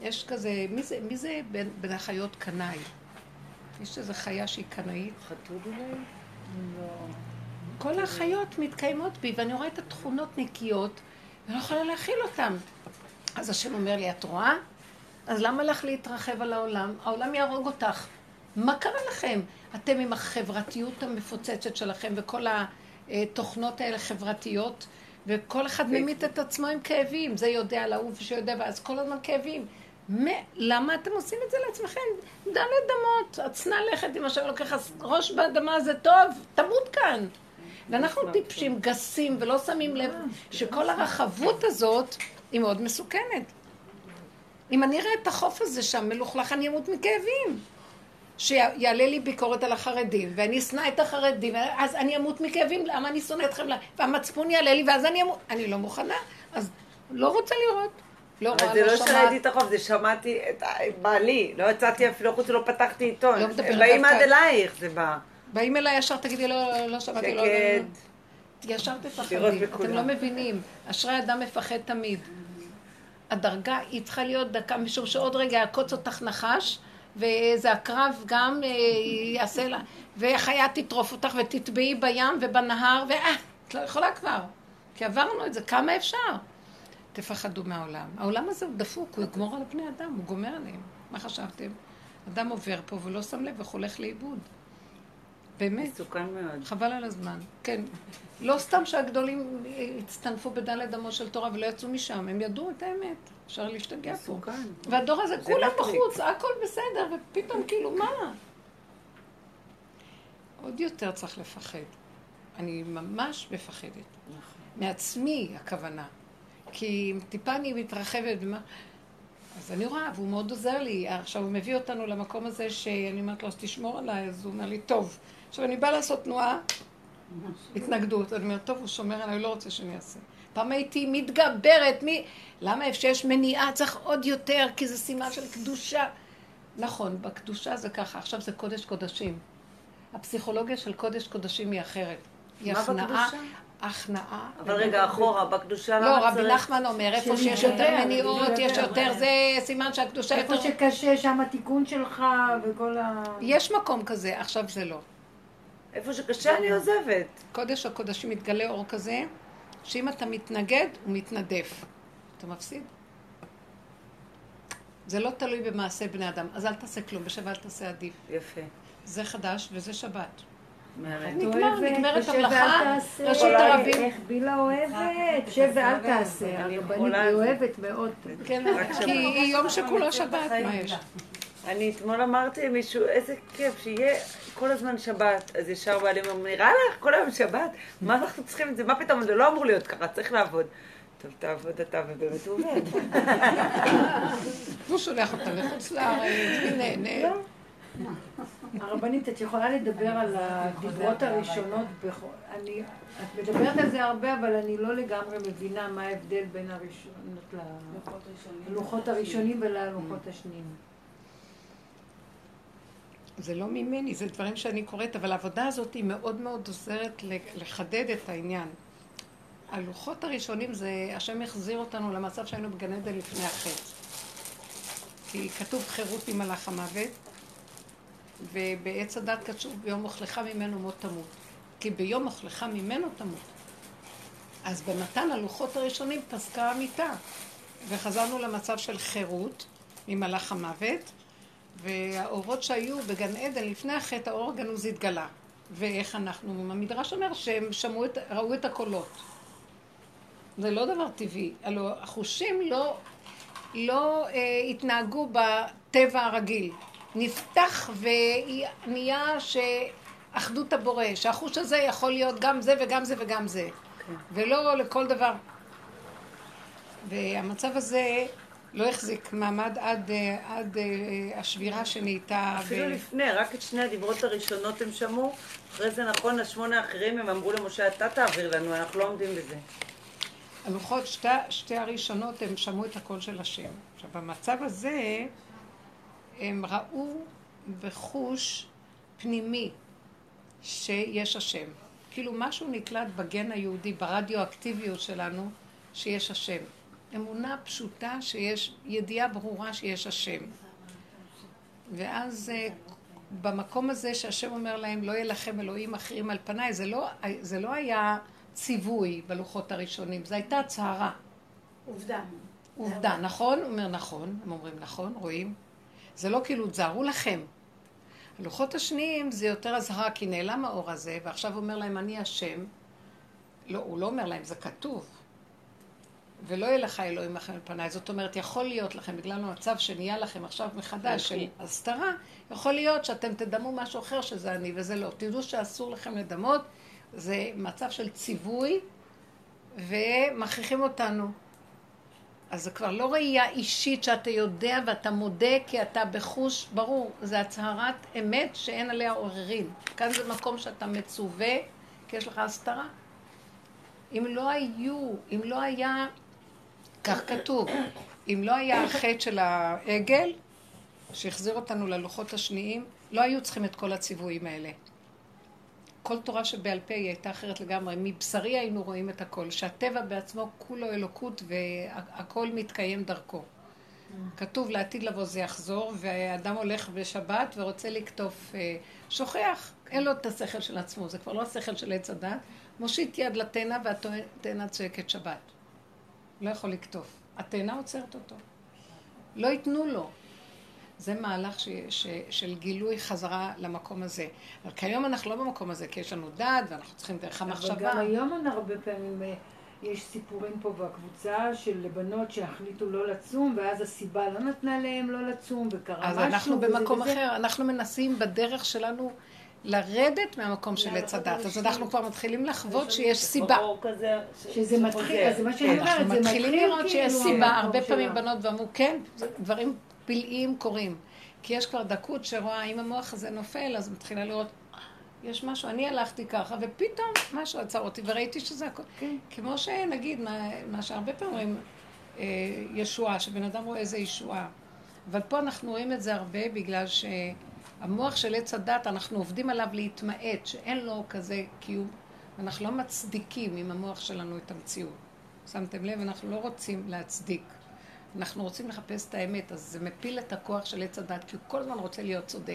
יש כזה, מי זה, מי זה בין, בין החיות קנאי? יש איזו חיה שהיא קנאית? חתוד אולי? לא. כל החיות מתקיימות בי, ואני רואה את התכונות נקיות, ואני לא יכולה להכיל אותן. אז השם אומר לי, את רואה? אז למה לך להתרחב על העולם? העולם יהרוג אותך. מה קרה לכם? אתם עם החברתיות המפוצצת שלכם, וכל התוכנות האלה חברתיות, וכל אחד ממית את עצמו עם כאבים. זה יודע להוא ושיודע, ואז כל הזמן כאבים. למה אתם עושים את זה לעצמכם? דלת אמות, עצנה לכת עם השם לוקח ראש באדמה, זה טוב, תמות כאן. ואנחנו טיפשים, גסים, ולא שמים לב שכל הרחבות הזאת היא מאוד מסוכנת. אם אני אראה את החוף הזה שם מלוכלך, אני אמות מכאבים. שיעלה לי ביקורת על החרדים, ואני אשנא את החרדים, אז אני אמות מכאבים, למה אני שונא אתכם? והמצפון יעלה לי, ואז אני אמות. אני לא מוכנה, אז לא רוצה לראות. לא רואה, זה לא שראיתי את החוף, זה שמעתי את בעלי, לא יצאתי אפילו חוץ, לא פתחתי עיתון. באים עד אלייך, זה בא. באים אליי ישר, תגידי, לא שמעתי, לא... ישר תפחדים, אתם לא מבינים. אשרי אדם מפחד תמיד. הדרגה היא צריכה להיות דקה, משום שעוד רגע יעקוץ אותך נחש, וזה הקרב גם יעשה לה, והחיה תטרוף אותך ותטבעי בים ובנהר, ואה, את לא יכולה כבר. כי עברנו את זה, כמה אפשר? תפחדו מהעולם. העולם הזה הוא דפוק, הוא יגמור על פני אדם, הוא גומר עליהם. מה חשבתם? אדם עובר פה ולא שם לב והולך לאיבוד. באמת. מסוכן מאוד. חבל על הזמן. כן. לא סתם שהגדולים הצטנפו בדלת אמו של תורה ולא יצאו משם. הם ידעו את האמת. אפשר להשתגע פה. מסוכן. והדור הזה כולם בחוץ, הכל בסדר, ופתאום כאילו, מה? עוד יותר צריך לפחד. אני ממש מפחדת. מעצמי הכוונה. כי טיפה אני מתרחבת ומה... אז אני רואה, והוא מאוד עוזר לי. עכשיו הוא מביא אותנו למקום הזה שאני אומרת לו, אז תשמור עליי, אז הוא אומר לי, טוב. עכשיו אני באה לעשות תנועה, התנגדות. אני אומרת, טוב, הוא שומר עליי, הוא לא רוצה שאני אעשה. פעם הייתי מתגברת, מי... למה איפה שיש מניעה צריך עוד יותר, כי זה סימן של קדושה. נכון, בקדושה זה ככה, עכשיו זה קודש קודשים. הפסיכולוגיה של קודש קודשים היא אחרת. היא הכנעה, הכנעה. אבל רגע, אחורה, בקדושה לא, רבי נחמן אומר, איפה שיש יותר מניעות, יש יותר, זה סימן שהקדושה יותר... איפה שקשה, שם התיקון שלך וכל ה... יש מקום כזה, עכשיו זה לא. איפה שקשה אני עוזבת. קודש הקודשים מתגלה אור כזה, שאם אתה מתנגד, הוא מתנדף. אתה מפסיד. זה לא תלוי במעשה בני אדם, אז אל תעשה כלום, בשב אל תעשה עדיף. יפה. זה חדש וזה שבת. מהרן. נגמר, נגמרת המלאכה, רשות הרבים. איך בילה אוהבת, שב ואל תעשה, הרבנית היא אוהבת מאוד. כן, כי היא יום שכולו שבת, מה יש? אני אתמול אמרתי למישהו, איזה כיף, שיהיה כל הזמן שבת. אז ישר בעלים אמרו, נראה לך כל היום שבת? מה אנחנו צריכים את זה? מה פתאום? זה לא אמור להיות ככה, צריך לעבוד. טוב, תעבוד אתה, ובאמת הוא עובד. הוא שולח אותה לחוץ לארץ, ונהנה. הרבנית, את יכולה לדבר על הדיברות הראשונות, אני, את מדברת על זה הרבה, אבל אני לא לגמרי מבינה מה ההבדל בין הראשונות ללוחות הראשונים וללוחות השניים. זה לא ממני, זה דברים שאני קוראת, אבל העבודה הזאת היא מאוד מאוד עוזרת לחדד את העניין. הלוחות הראשונים זה, השם החזיר אותנו למצב שהיינו בגן עדן לפני החטא. כי כתוב חירות ממלאך המוות, ובעץ הדת כתוב ביום אוכלך ממנו מות תמות. כי ביום אוכלך ממנו תמות. אז במתן הלוחות הראשונים פסקה המיטה. וחזרנו למצב של חירות ממלאך המוות, והאורות שהיו בגן עדן לפני החטא, האור הגנוז התגלה. ואיך אנחנו, המדרש אומר שהם שמעו את, ראו את הקולות. זה לא דבר טבעי. הלוא החושים לא, לא אה, התנהגו בטבע הרגיל. נפתח ונהיה שאחדות הבורא, שהחוש הזה יכול להיות גם זה וגם זה וגם זה. Okay. ולא לכל דבר. והמצב הזה לא החזיק מעמד עד, עד השבירה שנהייתה. אפילו ו... לפני, רק את שני הדיברות הראשונות הם שמעו, אחרי זה נכון, השמונה האחרים הם אמרו למשה, אתה תעביר לנו, אנחנו לא עומדים בזה. הלוחות, שתי, שתי הראשונות הם שמעו את הקול של השם. עכשיו, במצב הזה הם ראו בחוש פנימי שיש השם. כאילו משהו נקלט בגן היהודי, ברדיואקטיביות שלנו, שיש השם. אמונה פשוטה שיש ידיעה ברורה שיש השם. ואז במקום הזה שהשם אומר להם, לא יהיה לכם אלוהים אחרים על פניי, זה לא, זה לא היה ציווי בלוחות הראשונים, זו הייתה הצהרה. עובדה. עובדה, נכון? הוא אומר נכון, הם אומרים נכון, רואים. זה לא כאילו, תזהרו לכם. הלוחות השניים זה יותר הזהרה, כי נעלם האור הזה, ועכשיו הוא אומר להם, אני השם. לא, הוא לא אומר להם, זה כתוב. ולא יהיה לך אלוהים אחרים על פניי. זאת אומרת, יכול להיות לכם, בגלל המצב שנהיה לכם עכשיו מחדש של הסתרה, יכול להיות שאתם תדמו משהו אחר שזה אני וזה לא. תדעו שאסור לכם לדמות, זה מצב של ציווי, ומכריחים אותנו. אז זה כבר לא ראייה אישית שאתה יודע ואתה מודה כי אתה בחוש, ברור, זה הצהרת אמת שאין עליה עוררין. כאן זה מקום שאתה מצווה כי יש לך הסתרה. אם לא היו, אם לא היה, כך כתוב, אם לא היה החטא של העגל, שהחזיר אותנו ללוחות השניים, לא היו צריכים את כל הציוויים האלה. כל תורה שבעל פה היא הייתה אחרת לגמרי, מבשרי היינו רואים את הכל, שהטבע בעצמו כולו אלוקות והכל מתקיים דרכו. כתוב לעתיד לבוא זה יחזור, והאדם הולך בשבת ורוצה לקטוף, שוכח, אין לו את השכל של עצמו, זה כבר לא השכל של עץ הדת, מושיט יד לתאנה והתאנה צועקת שבת. לא יכול לקטוף. התאנה עוצרת אותו. לא ייתנו לו. זה מהלך ש, ש, של גילוי חזרה למקום הזה. אבל כיום אנחנו לא במקום הזה, כי יש לנו דעת ואנחנו צריכים דרך המחשבה. אבל גם היום אני הרבה פעמים, יש סיפורים פה בקבוצה של בנות שהחליטו לא לצום, ואז הסיבה לא נתנה להם לא לצום, וקרה משהו. אז אנחנו במקום אחר, אנחנו מנסים בדרך שלנו לרדת מהמקום של עץ הדת. אז אנחנו כבר מתחילים לחוות שיש סיבה. שזה מתחיל, אז זה מה שאני אומרת, זה מתחיל. אנחנו מתחילים לראות שיש סיבה. הרבה פעמים בנות ואמרו, כן, דברים פלאיים קורים. כי יש כבר דקות שרואה, אם המוח הזה נופל, אז מתחילה לראות, יש משהו, אני הלכתי ככה, ופתאום משהו עצר אותי, וראיתי שזה הכל. כמו שנגיד, מה שהרבה פעמים ישועה, שבן אדם רואה איזה ישועה. אבל פה אנחנו רואים את זה הרבה בגלל ש... המוח של עץ הדת, אנחנו עובדים עליו להתמעט, שאין לו כזה קיום, ואנחנו לא מצדיקים עם המוח שלנו את המציאות. שמתם לב, אנחנו לא רוצים להצדיק. אנחנו רוצים לחפש את האמת, אז זה מפיל את הכוח של עץ הדת, כי הוא כל הזמן רוצה להיות צודק.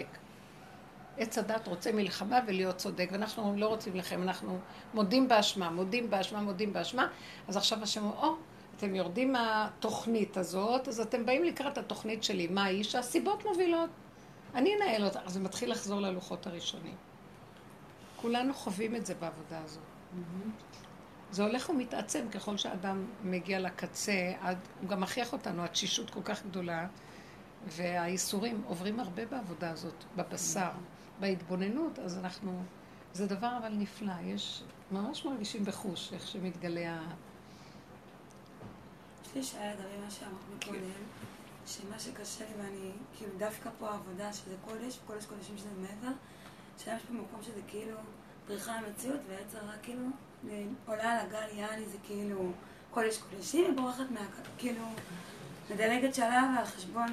עץ הדת רוצה מלחמה ולהיות צודק, ואנחנו לא רוצים לכם, אנחנו מודים באשמה, מודים באשמה, מודים באשמה, אז עכשיו השם אומר, או, אתם יורדים מהתוכנית הזאת, אז אתם באים לקראת התוכנית שלי, מה היא? שהסיבות מובילות. אני אנהל אותה, אז זה מתחיל לחזור ללוחות הראשונים. כולנו חווים את זה בעבודה הזו. זה הולך ומתעצם ככל שאדם מגיע לקצה, עד, הוא גם מכריח אותנו, התשישות כל כך גדולה, והאיסורים עוברים הרבה בעבודה הזאת, בבשר, בהתבוננות, אז אנחנו, זה דבר אבל נפלא, יש, ממש מרגישים בחוש, איך שמתגלה ה... יש לי שאלה לדבר מה שאמרת מקודם. שמה שקשה לי, ואני, כאילו, דווקא פה העבודה שזה קודש, קודש קודשים שזה מעבר, שיש פה מקום שזה כאילו פריחה המציאות, ויצר רק כאילו, עולה על הגל יעני, זה כאילו קודש קודשים, ובורחת מה, כאילו, מדלגת שעלה ועל חשבון...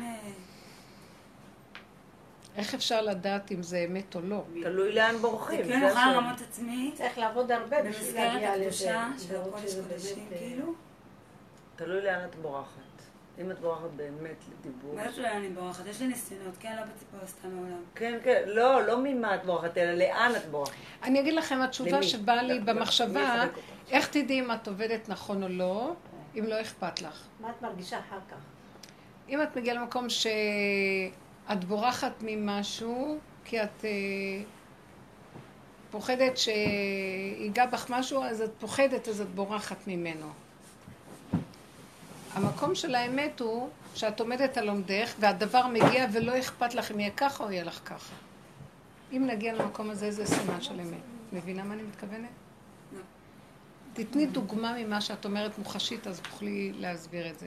איך אפשר לדעת אם זה אמת או לא? תלוי לאן בורחים. זה כאילו נוכל לרמות עצמי, צריך לעבוד הרבה בשביל להגיע לזה. במסגרת הקדושה של הקודש קודשים, כאילו. תלוי לאן את בורחת. אם את בורחת באמת לדיבור... מה לא אני בורחת? יש לי ניסיונות, כן? לא בציפור סתם מעולם. כן, כן. לא, לא ממה את בורחת, אלא לאן את בורחת. אני אגיד לכם, התשובה שבאה לי במחשבה, איך תדעי אם את עובדת נכון או לא, אם לא אכפת לך. מה את מרגישה אחר כך? אם את מגיעה למקום שאת בורחת ממשהו, כי את פוחדת שיגע בך משהו, אז את פוחדת, אז את בורחת ממנו. המקום של האמת הוא שאת עומדת על עומדך והדבר מגיע ולא אכפת לך אם יהיה ככה או יהיה לך ככה. אם נגיע למקום הזה זה סימן של אמת. מבינה מה אני מתכוונת? תתני דוגמה ממה שאת אומרת מוחשית, אז תוכלי להסביר את זה.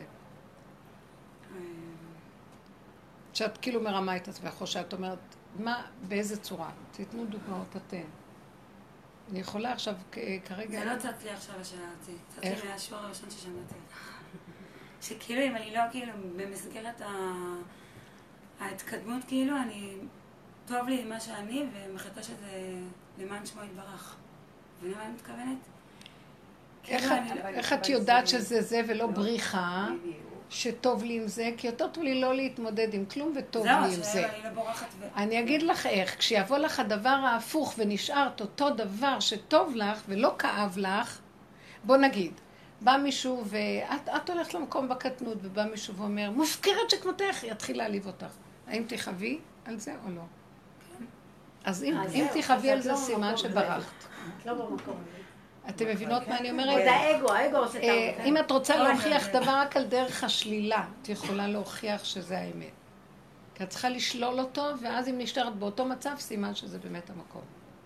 שאת כאילו מרמה את עצמך, או שאת אומרת, מה, באיזה צורה? תתנו דוגמאות אתן. אני יכולה עכשיו כרגע... זה לא צץ לי עכשיו השאלה אותי. צץ לי מהשיעור הראשון ששמעתי. שכאילו אם אני לא כאילו במסגרת ההתקדמות כאילו אני טוב לי עם מה שאני ומחליטה שזה למען שמו יתברך. מבינה מה אני מתכוונת? איך את- איך את יודעת שזה זה ולא בריחה, שטוב לי עם זה? כי יותר טוב לי לא להתמודד עם כלום וטוב לי עם זהו, זה. שאני לא בורחת ו... אני אגיד לך איך, כשיבוא לך הדבר ההפוך ונשארת אותו דבר שטוב לך ולא כאב לך, בוא נגיד, בא מישהו ואת את הולכת למקום בקטנות ובא מישהו ואומר, מופקרת שכמותך, יתחיל להעליב אותך. האם תחווי על זה או לא? אז אם, אם תחווי על זה סימן שברחת. את לא במקום. אתם מבינות מה אני אומרת? עוד האגו, האגו עושה את אה, העבודה. אם את רוצה להוכיח דבר רק על דרך השלילה, את יכולה להוכיח שזה האמת. כי את צריכה לשלול אותו, ואז אם נשארת באותו מצב, סימן שזה באמת המקום.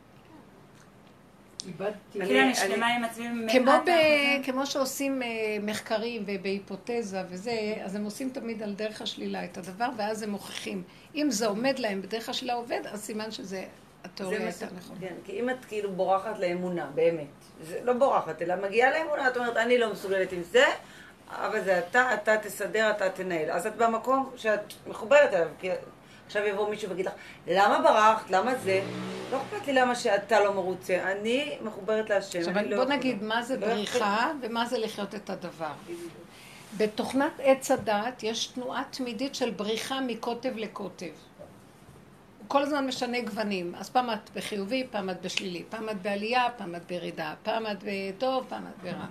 איבדתי. כאילו אני שלמה עם עצמי מעט כמו, ב... האחוזים. כמו שעושים אה, מחקרים ובהיפותזה וזה, אז הם עושים תמיד על דרך השלילה את הדבר, ואז הם מוכיחים. אם זה עומד להם בדרך השלילה עובד, אז סימן שזה התיאוריה זה הייתה מה ש- נכונה. כן, כי אם את כאילו בורחת לאמונה, באמת, זה לא בורחת, אלא מגיעה לאמונה, את אומרת, אני לא מסוגלת עם זה, אבל זה אתה, אתה תסדר, אתה תנהל. אז את במקום שאת מחוברת אליו, כי עכשיו יבוא מישהו ויגיד לך, למה ברחת, למה זה? לא אכפת לי למה שאתה לא מרוצה, אני מחוברת להשם. עכשיו, אני לא בוא יכולה. נגיד מה זה לא בריחה ומה זה לחיות את הדבר. בתוכנת עץ הדת יש תנועה תמידית של בריחה מקוטב לקוטב. הוא כל הזמן משנה גוונים. אז פעם את בחיובי, פעם את בשלילי, פעם את בעלייה, פעם את בירידה, פעם את בטוב, פעם את ברע.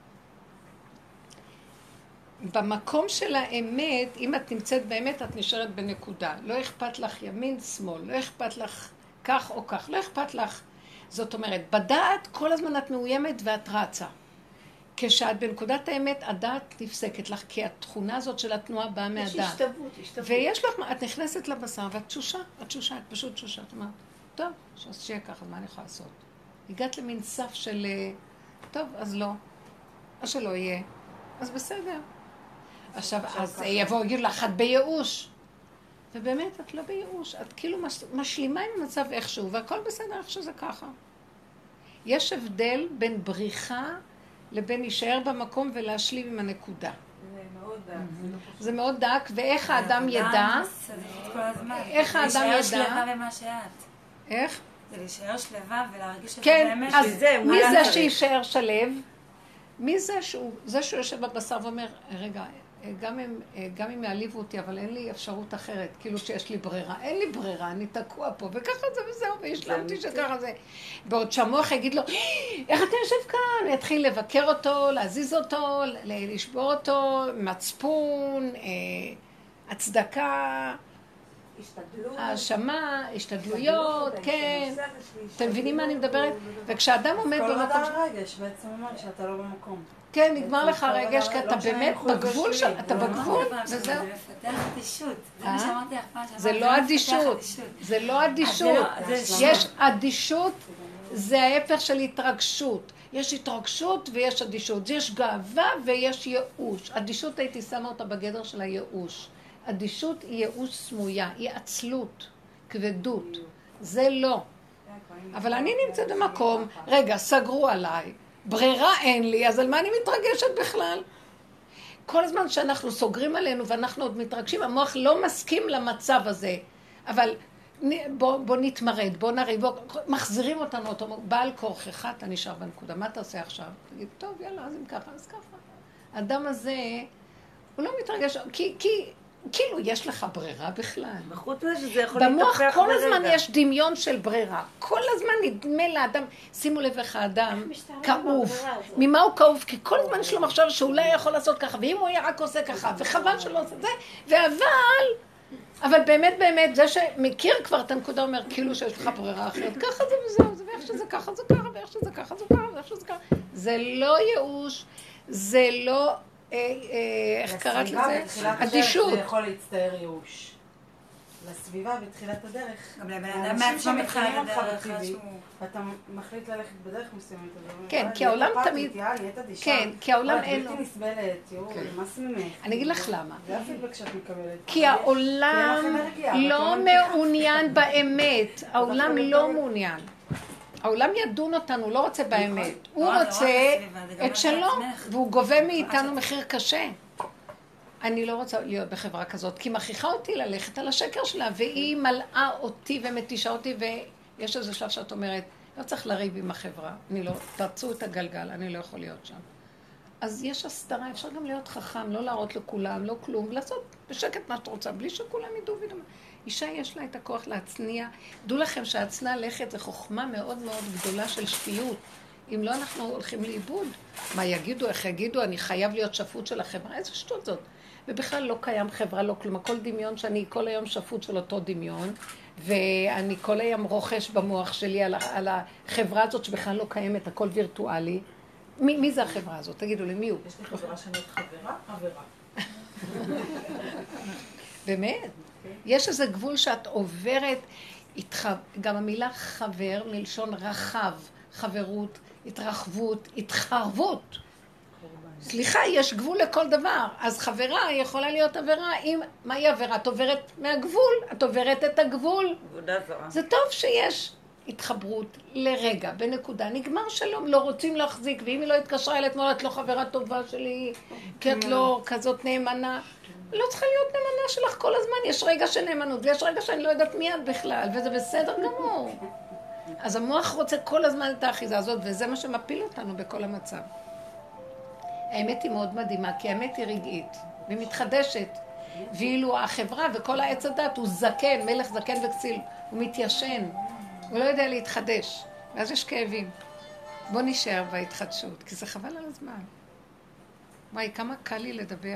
במקום של האמת, אם את נמצאת באמת, את נשארת בנקודה. לא אכפת לך ימין, שמאל, לא אכפת לך כך או כך, לא אכפת לך. זאת אומרת, בדעת כל הזמן את מאוימת ואת רצה. כשאת בנקודת האמת, הדעת נפסקת לך, כי התכונה הזאת של התנועה באה יש מהדעת. השתוות, השתוות. ויש לך, את נכנסת לבשר ואת תשושה, את תשושה, את פשוט תשושה. את אומרת, טוב, אז שיהיה ככה, מה אני יכולה לעשות? הגעת למין סף של, אה, טוב, אז לא. אז שלא יהיה. אז בסדר. עכשיו, אז יבוא, יגיד לך, את בייאוש. ובאמת, את לא בייאוש. את כאילו מש, משלימה עם המצב איכשהו, והכל בסדר איך שזה ככה. יש הבדל בין בריחה לבין להישאר במקום ולהשלים עם הנקודה. זה מאוד דק. זה מאוד דק, ואיך האדם ידע, סדרות כל הזמן. איך האדם להישאר ידע? שלווה במה שאת. איך? זה להישאר שלווה ולהרגיש שזה כן, באמת. אז שזה, מי מולה זה צריך. שישאר שלב? מי זה שהוא, זה שהוא יושב בבשר ואומר, רגע, גם אם, גם אם יעליבו אותי, אבל אין לי אפשרות אחרת, כאילו שיש לי ברירה. אין לי ברירה, אני תקוע פה, וככה זה וזהו, והשלמתי שככה זה. בעוד שהמוח יגיד לו, איך אתה יושב כאן? יתחיל לבקר אותו, להזיז אותו, ל- לשבור אותו, מצפון, אה, הצדקה, השתדלות. האשמה, השתדלויות, כן. אתם מבינים מה אני מדברת? וכשאדם עומד כל במקום... עוד הרגש בעצם אומר שאתה לא במקום. כן, נגמר לך כל הרגש, דבר- כי אתה לא משנה באמת איך הוא בגבול ירגש של... לי. אתה זה בגבול, אמרתי פעם וזהו. שזה מפתח אדישות. זה אה? מה שאמרתי לך פעם שעברה. זה לא מפתח אדישות, זה לא אדישות. זה לא- יש אדישות, זה ההפך של התרגשות. יש התרגשות ויש אדישות. יש גאווה ויש ייאוש. אדישות הייתי שמה אותה בגדר של הייאוש. אדישות היא ייאוש סמויה, היא עצלות, כבדות. זה לא. אבל אני נמצאת במקום, רגע, סגרו עליי, ברירה אין לי, אז על מה אני מתרגשת בכלל? כל הזמן שאנחנו סוגרים עלינו ואנחנו עוד מתרגשים, המוח לא מסכים למצב הזה. אבל בוא, בוא נתמרד, בוא נריב, בוא, מחזירים אותנו, אותו, בעל כורכך, אתה נשאר בנקודה, מה אתה עושה עכשיו? תגיד, טוב, יאללה, אז אם ככה, אז ככה. האדם הזה, הוא לא מתרגש, כי, כי, כאילו, יש לך ברירה בכלל. וחוץ מזה שזה יכול במוח להתהפך כל הזמן ברגע. יש דמיון של ברירה. כל הזמן נדמה לאדם, שימו לב איך האדם כאוב. ממה הוא כאוב? כי כל הזמן יש לו מחשב שאולי יכול לעשות ככה, ואם הוא היה רק עושה ככה, וחבל שלא עושה את זה, ואבל, אבל באמת באמת, זה שמכיר כבר את הנקודה אומר, כאילו שיש לך ברירה אחרת, ככה זה וזהו, זה ואיך שזה ככה זה ככה, ואיך שזה ככה זה ככה, ואיך שזה ככה. זה לא ייאוש, זה לא, אה, אה, איך קראת לסביבה לזה? בתחילת הדרך אדישות. זה יכול להצטער ייאוש. לסביבה בתחילת הדרך. גם לבן האנשים אדם מעצמו שמכירים מתחיל אותך לדרך בטבעי, שהוא... ואתה מחליט ללכת בדרך מסוימת. אתה אומר, כן, "וואי, כי העולם נהיית תמיד- אפתית, יאללה, נהיית אדישה. כן, כי העולם וואי, אין את לו. בלתי נסבלת, יואו, נמאס ממך. אני אגיד לך למה. זה הפידבק שאת מקבלת. כי העולם אין לך אנרגיה, ואת לא אומרת, מעוניין באמת. העולם לא לא באמת. מעוניין. העולם ידון אותנו, לא רוצה באמת. הוא לא, זה לא רק רוצה הסביבה, זה גם את לך שלו, לעצמך. והוא גובה מאיתנו מחיר קשה. אני לא רוצה להיות בחברה כזאת, כי היא מכריחה אותי ללכת על השקר שלה, והיא מלאה אותי ומתישה אותי, ויש איזה שלב שאת אומרת, לא צריך לריב עם החברה, אני לא, תרצו את הגלגל, אני לא יכול להיות שם. אז יש הסתרה, אפשר גם להיות חכם, לא להראות לכולם, לא כלום, ולעשות בשקט מה שאת רוצה, בלי שכולם ידעו וידעו. אישה יש לה את הכוח להצניע. דעו לכם שהצנע לכת זה חוכמה מאוד מאוד גדולה של שפיות. אם לא אנחנו הולכים לאיבוד, מה יגידו, איך יגידו, אני חייב להיות שפוט של החברה, איזה שטות זאת. ובכלל לא קיים חברה, לא כלום, הכל דמיון שאני כל היום שפוט של אותו דמיון, ואני כל היום רוכש במוח שלי על, על החברה הזאת שבכלל לא קיימת, הכל וירטואלי. מי, מי זה החברה הזאת? תגידו לי, מי הוא? יש לי חברה שאני את חברה, חברה. באמת? יש איזה גבול שאת עוברת, גם המילה חבר מלשון רחב, חברות, התרחבות, התחרבות. סליחה, יש גבול לכל דבר. אז חברה יכולה להיות עבירה. אם, מהי עבירה? את עוברת מהגבול, את עוברת את הגבול. זה טוב שיש התחברות לרגע, בנקודה. נגמר שלום, לא רוצים להחזיק, ואם היא לא התקשרה אליי אתמול, את לא חברה טובה שלי, כי את לא כזאת נאמנה. לא צריכה להיות נאמנה שלך כל הזמן. יש רגע של נאמנות, ויש רגע שאני לא יודעת מי את בכלל, וזה בסדר גמור. אז המוח רוצה כל הזמן את האחיזה הזאת, וזה מה שמפיל אותנו בכל המצב. האמת היא מאוד מדהימה, כי האמת היא רגעית, והיא מתחדשת. ואילו החברה וכל העץ הדת הוא זקן, מלך זקן וכסיל, הוא מתיישן, הוא לא יודע להתחדש, ואז יש כאבים. בוא נשאר בהתחדשות, כי זה חבל על הזמן. וואי, כמה קל לי לדבר.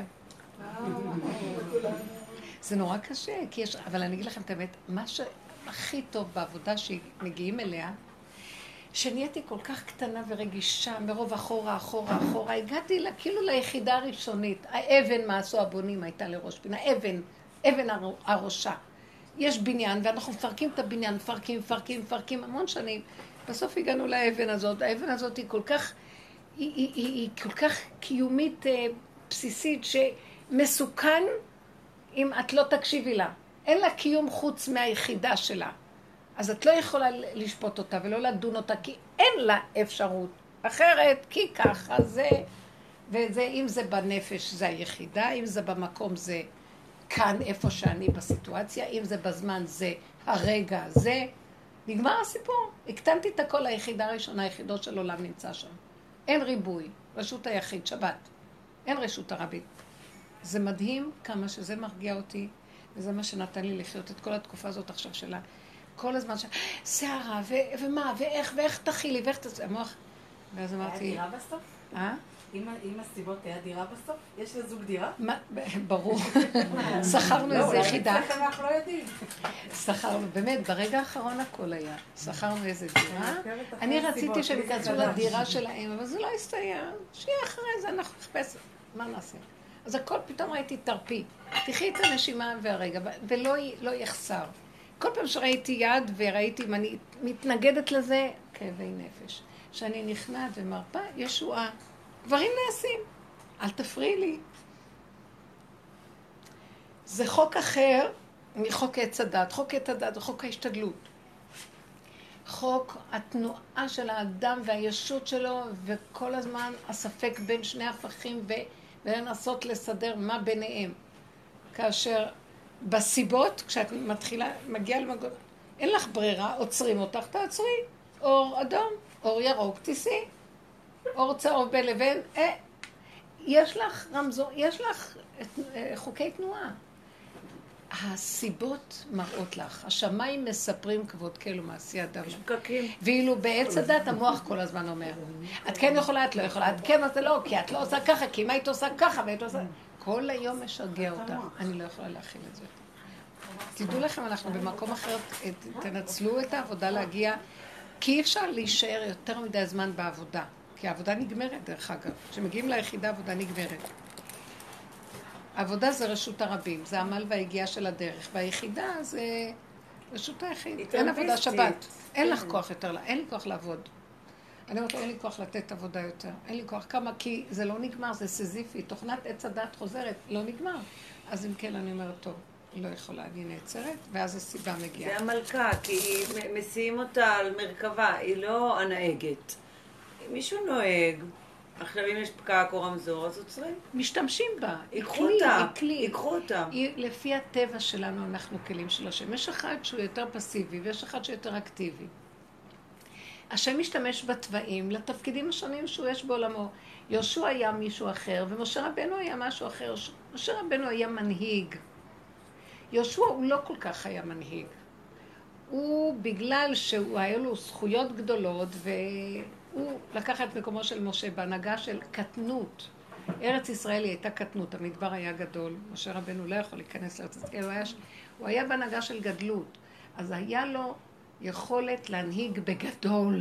זה נורא קשה, כי יש... אבל אני אגיד לכם את האמת, מה שהכי טוב בעבודה שמגיעים אליה, שנהייתי כל כך קטנה ורגישה, מרוב אחורה, אחורה, אחורה, הגעתי לה, כאילו ליחידה הראשונית. האבן מה עשו הבונים הייתה לראש פינה, אבן, אבן הראשה. יש בניין, ואנחנו מפרקים את הבניין, מפרקים, מפרקים, מפרקים המון שנים. בסוף הגענו לאבן הזאת. האבן הזאת היא כל כך, היא, היא, היא, היא כל כך קיומית אה, בסיסית, שמסוכן אם את לא תקשיבי לה. אין לה קיום חוץ מהיחידה שלה. אז את לא יכולה לשפוט אותה ולא לדון אותה, כי אין לה אפשרות אחרת, כי ככה זה, וזה, אם זה בנפש זה היחידה, אם זה במקום זה כאן איפה שאני בסיטואציה, אם זה בזמן זה הרגע זה, נגמר הסיפור. הקטנתי את הכל, היחידה הראשונה, היחידות של עולם נמצא שם. אין ריבוי, רשות היחיד, שבת, אין רשות הרבית. זה מדהים כמה שזה מרגיע אותי, וזה מה שנתן לי לחיות את כל התקופה הזאת עכשיו שלה. כל הזמן ש... שערה, ו... ומה, ואיך, ואיך תכילי, ואיך תעשה, המוח. ואז אמרתי... היה דירה בסוף? אה? עם הסיבות היה דירה בסוף? יש לזוג דירה? מה? ברור. שכרנו איזה יחידה. לא, אולי אצלכם אנחנו לא יודעים. שכרנו, באמת, ברגע האחרון הכל היה. שכרנו איזה דירה. אני רציתי שהם ייכנסו לדירה שלהם, אבל זה לא הסתייע. שיהיה אחרי זה, אנחנו נחפש. מה נעשה? אז הכל פתאום ראיתי תרפי. תחי את הנשימה והרגע, ולא יחסר. כל פעם שראיתי יד וראיתי אם אני מתנגדת לזה, כאבי נפש. שאני נכנעת ומרפא, ישועה. דברים נעשים. אל תפריעי לי. זה חוק אחר מחוק עץ הדת. חוק עץ הדת זה חוק ההשתדלות. חוק התנועה של האדם והישות שלו, וכל הזמן הספק בין שני הפכים, ולנסות לסדר מה ביניהם. כאשר... בסיבות, כשאת מתחילה, מגיעה למגוד, אין לך ברירה, עוצרים אותך, תעצרי. אור אדום, אור ירוק, תיסי. אור צהוב בין לבין, אה, יש לך רמזור, יש לך אה, חוקי תנועה. הסיבות מראות לך, השמיים מספרים כבוד כאלו מעשי אדם. יש פקקים. ואילו בעץ הדת המוח כל הזמן אומר, את כן יכולה, את לא יכולה, את כן, את לא, כי את לא עושה ככה, כי אם היית עושה ככה והיית עושה... כל היום משגע אותה, אני לא יכולה להכיל את זה. תדעו לכם, אנחנו במקום אחר, תנצלו את העבודה להגיע, כי אי אפשר להישאר יותר מדי זמן בעבודה, כי העבודה נגמרת דרך אגב. כשמגיעים ליחידה, העבודה נגמרת. העבודה זה רשות הרבים, זה העמל וההגיעה של הדרך, והיחידה זה רשות היחיד. אין עבודה שבת, אין לך כוח יותר, אין לי כוח לעבוד. אני אומרת לו, אין לי כוח לתת עבודה יותר. אין לי כוח כמה, כי זה לא נגמר, זה סזיפי. תוכנת עץ הדת חוזרת, לא נגמר. אז אם כן, אני אומרת, טוב, לא יכולה, אני נעצרת, ואז הסיבה מגיעה. זה המלכה, כי מסיעים אותה על מרכבה, היא לא הנהגת. מישהו נוהג, עכשיו אם יש פקק או רמזור, אז עוצרים. משתמשים בה. ייקחו אותה, ייקחו אותה. לפי הטבע שלנו, אנחנו כלים של השם. יש אחד שהוא יותר פסיבי, ויש אחד שהוא יותר אקטיבי. השם משתמש בתוואים לתפקידים השונים שהוא יש בעולמו. יהושע היה מישהו אחר, ומשה רבנו היה משהו אחר. משה רבנו היה מנהיג. יהושע הוא לא כל כך היה מנהיג. הוא, בגלל שהוא היה לו זכויות גדולות, והוא לקח את מקומו של משה בהנהגה של קטנות. ארץ ישראל הייתה קטנות, המדבר היה גדול. משה רבנו לא יכול להיכנס לארץ ישראל, הוא היה, הוא היה בהנהגה של גדלות. אז היה לו יכולת להנהיג בגדול.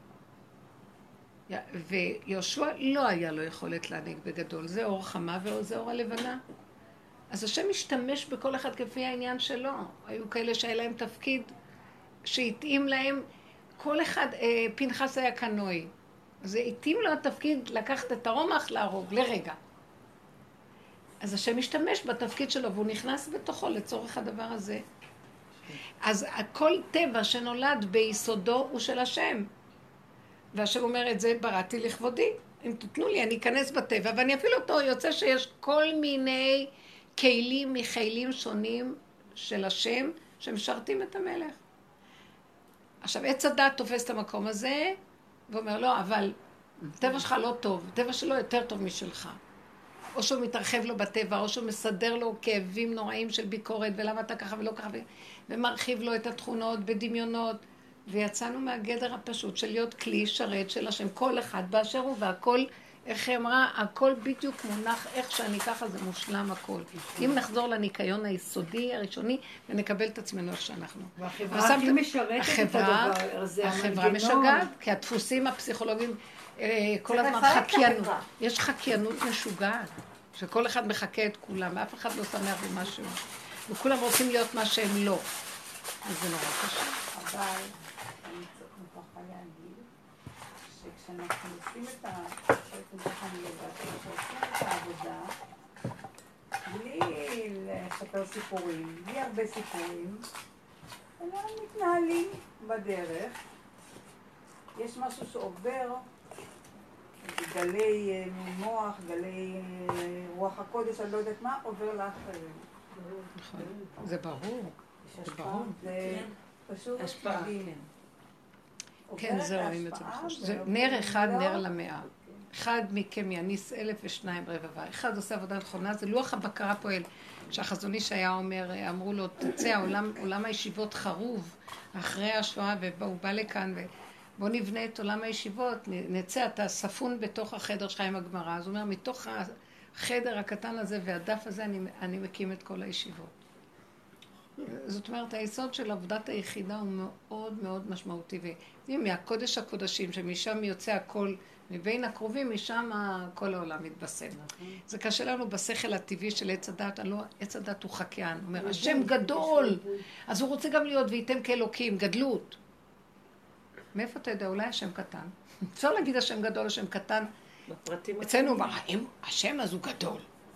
ויהושע לא היה לו יכולת להנהיג בגדול. זה אור חמה וזה אור הלבנה. אז השם משתמש בכל אחד כפי העניין שלו. היו כאלה שהיה להם תפקיד שהתאים להם. כל אחד, אה, פנחס היה קנוי. אז התאים לו התפקיד לקחת את הרומח להרוג, לרגע. אז השם משתמש בתפקיד שלו, והוא נכנס בתוכו לצורך הדבר הזה. אז כל טבע שנולד ביסודו הוא של השם. והשם אומר את זה, בראתי לכבודי. אם תתנו לי, אני אכנס בטבע, ואני אפעיל אותו. יוצא שיש כל מיני כלים מחיילים שונים של השם, שמשרתים את המלך. עכשיו, עץ הדת תופס את המקום הזה, ואומר, לא, אבל טבע שלך לא טוב, טבע שלו יותר טוב משלך. או שהוא מתרחב לו בטבע, או שהוא מסדר לו כאבים נוראים של ביקורת, ולמה אתה ככה ולא ככה, ומרחיב לו את התכונות בדמיונות. ויצאנו מהגדר הפשוט של להיות כלי שרת של השם, כל אחד באשר הוא, והכל, איך היא אמרה, הכל בדיוק מונח, איך שאני ככה זה מושלם הכל. אם נחזור לניקיון היסודי הראשוני, ונקבל את עצמנו איך שאנחנו. והחברה הכי משרתת את הדבר הזה, החברה משגעת, כי הדפוסים הפסיכולוגיים, כל הזמן חקיינות. יש חקיינות משוגעת, שכל אחד מחכה את כולם, ואף אחד לא שמח במשהו. וכולם רוצים להיות מה שהם לא. אז זה נורא קשה. אבל אני מוכרחה להגיד שכשאנחנו עושים את ה... אני יודעת, כשעושים את העבודה, בלי לספר סיפורים, בלי הרבה סיפורים, אלא מתנהלים בדרך. יש משהו שעובר, גלי מוח, גלי רוח הקודש, אני לא יודעת מה, עובר לאחרים. נכון, זה ברור. זה ברור. זה פשוט מדהים. כן, זה רואים את זה בחוש. זה נר אחד, נר למאה. אחד מכם יניס אלף ושניים רבבה. אחד עושה עבודה נכונה, זה לוח הבקרה פועל. שהחזון איש היה אומר, אמרו לו, תצא, העולם, עולם הישיבות חרוב אחרי השואה, והוא בא לכאן, ובוא נבנה את עולם הישיבות, נצא, אתה ספון בתוך החדר שלך עם הגמרא. אז הוא אומר, מתוך החדר הקטן הזה והדף הזה, אני, אני מקים את כל הישיבות. זאת אומרת, היסוד של עבודת היחידה הוא מאוד מאוד משמעותי. ואם מהקודש הקודשים, שמשם יוצא הכל, מבין הקרובים, משם כל העולם מתבשם. זה קשה לנו בשכל הטבעי של עץ הדת, הלא עץ הדת הוא חקיין. הוא אומר, השם גדול, אז הוא רוצה גם להיות וייתם כאלוקים, גדלות. מאיפה אתה יודע? אולי השם קטן. אפשר להגיד השם גדול, השם קטן. אצלנו, אם השם אז הוא גדול.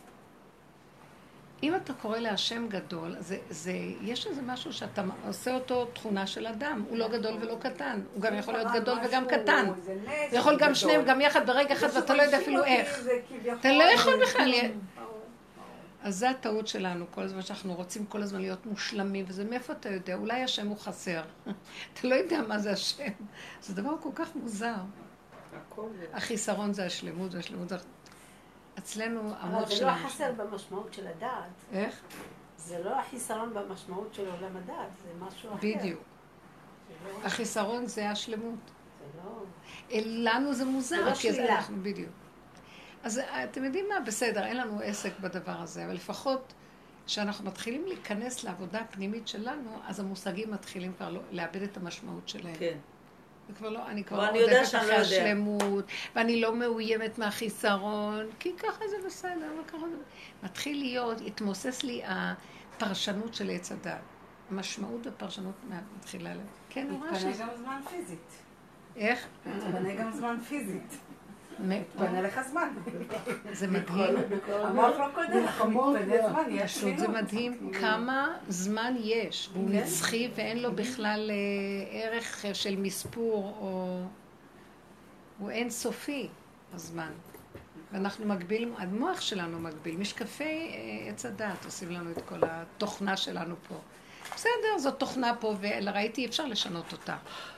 אם אתה קורא להשם גדול, זה, זה, יש איזה משהו שאתה עושה אותו תכונה של אדם. הוא לא גדול ולא קטן. הוא גם יכול להיות גדול וגם קטן. זה יכול גם שניהם, גם יחד ברגע אחד, ואתה לא יודע אפילו איך. אתה לא יכול בכלל. אז זה הטעות שלנו, כל הזמן שאנחנו רוצים כל הזמן להיות מושלמים, וזה מאיפה אתה יודע? אולי השם הוא חסר. אתה לא יודע מה זה השם. זה דבר כל כך מוזר. החיסרון זה השלמות, זה השלמות. אצלנו המוח שלנו. אבל זה לא חסר במשמעות של הדעת. איך? זה לא החיסרון במשמעות של עולם הדעת, זה משהו אחר. בדיוק. החיסרון זה השלמות. זה לא... לנו זה מוזר. זה לא שלילה. בדיוק. אז אתם יודעים מה? בסדר, אין לנו עסק בדבר הזה, אבל לפחות כשאנחנו מתחילים להיכנס לעבודה הפנימית שלנו, אז המושגים מתחילים כבר לא, לאבד את המשמעות שלהם. כן. וכבר לא, אני כבר עודדת אחרי השלמות, ואני לא מאוימת מהחיסרון, כי ככה זה בסדר, וככה זה... מתחיל להיות, התמוסס לי הפרשנות של עץ הדת. המשמעות והפרשנות מתחילה לה. כן, נורא שזה. מתפנה גם זמן פיזית. איך? מתפנה גם זמן פיזית. מתפנה לך זמן. זה מדהים. המוח לא קודם, מתפנה זמן, יש פשוט זה מדהים כמה זמן יש, והוא נצחי ואין לו בכלל ערך של מספור, או הוא אין סופי הזמן. ואנחנו מגבילים, המוח שלנו מגביל, משקפי עץ הדת עושים לנו את כל התוכנה שלנו פה. בסדר, זאת תוכנה פה, וראיתי אפשר לשנות אותה.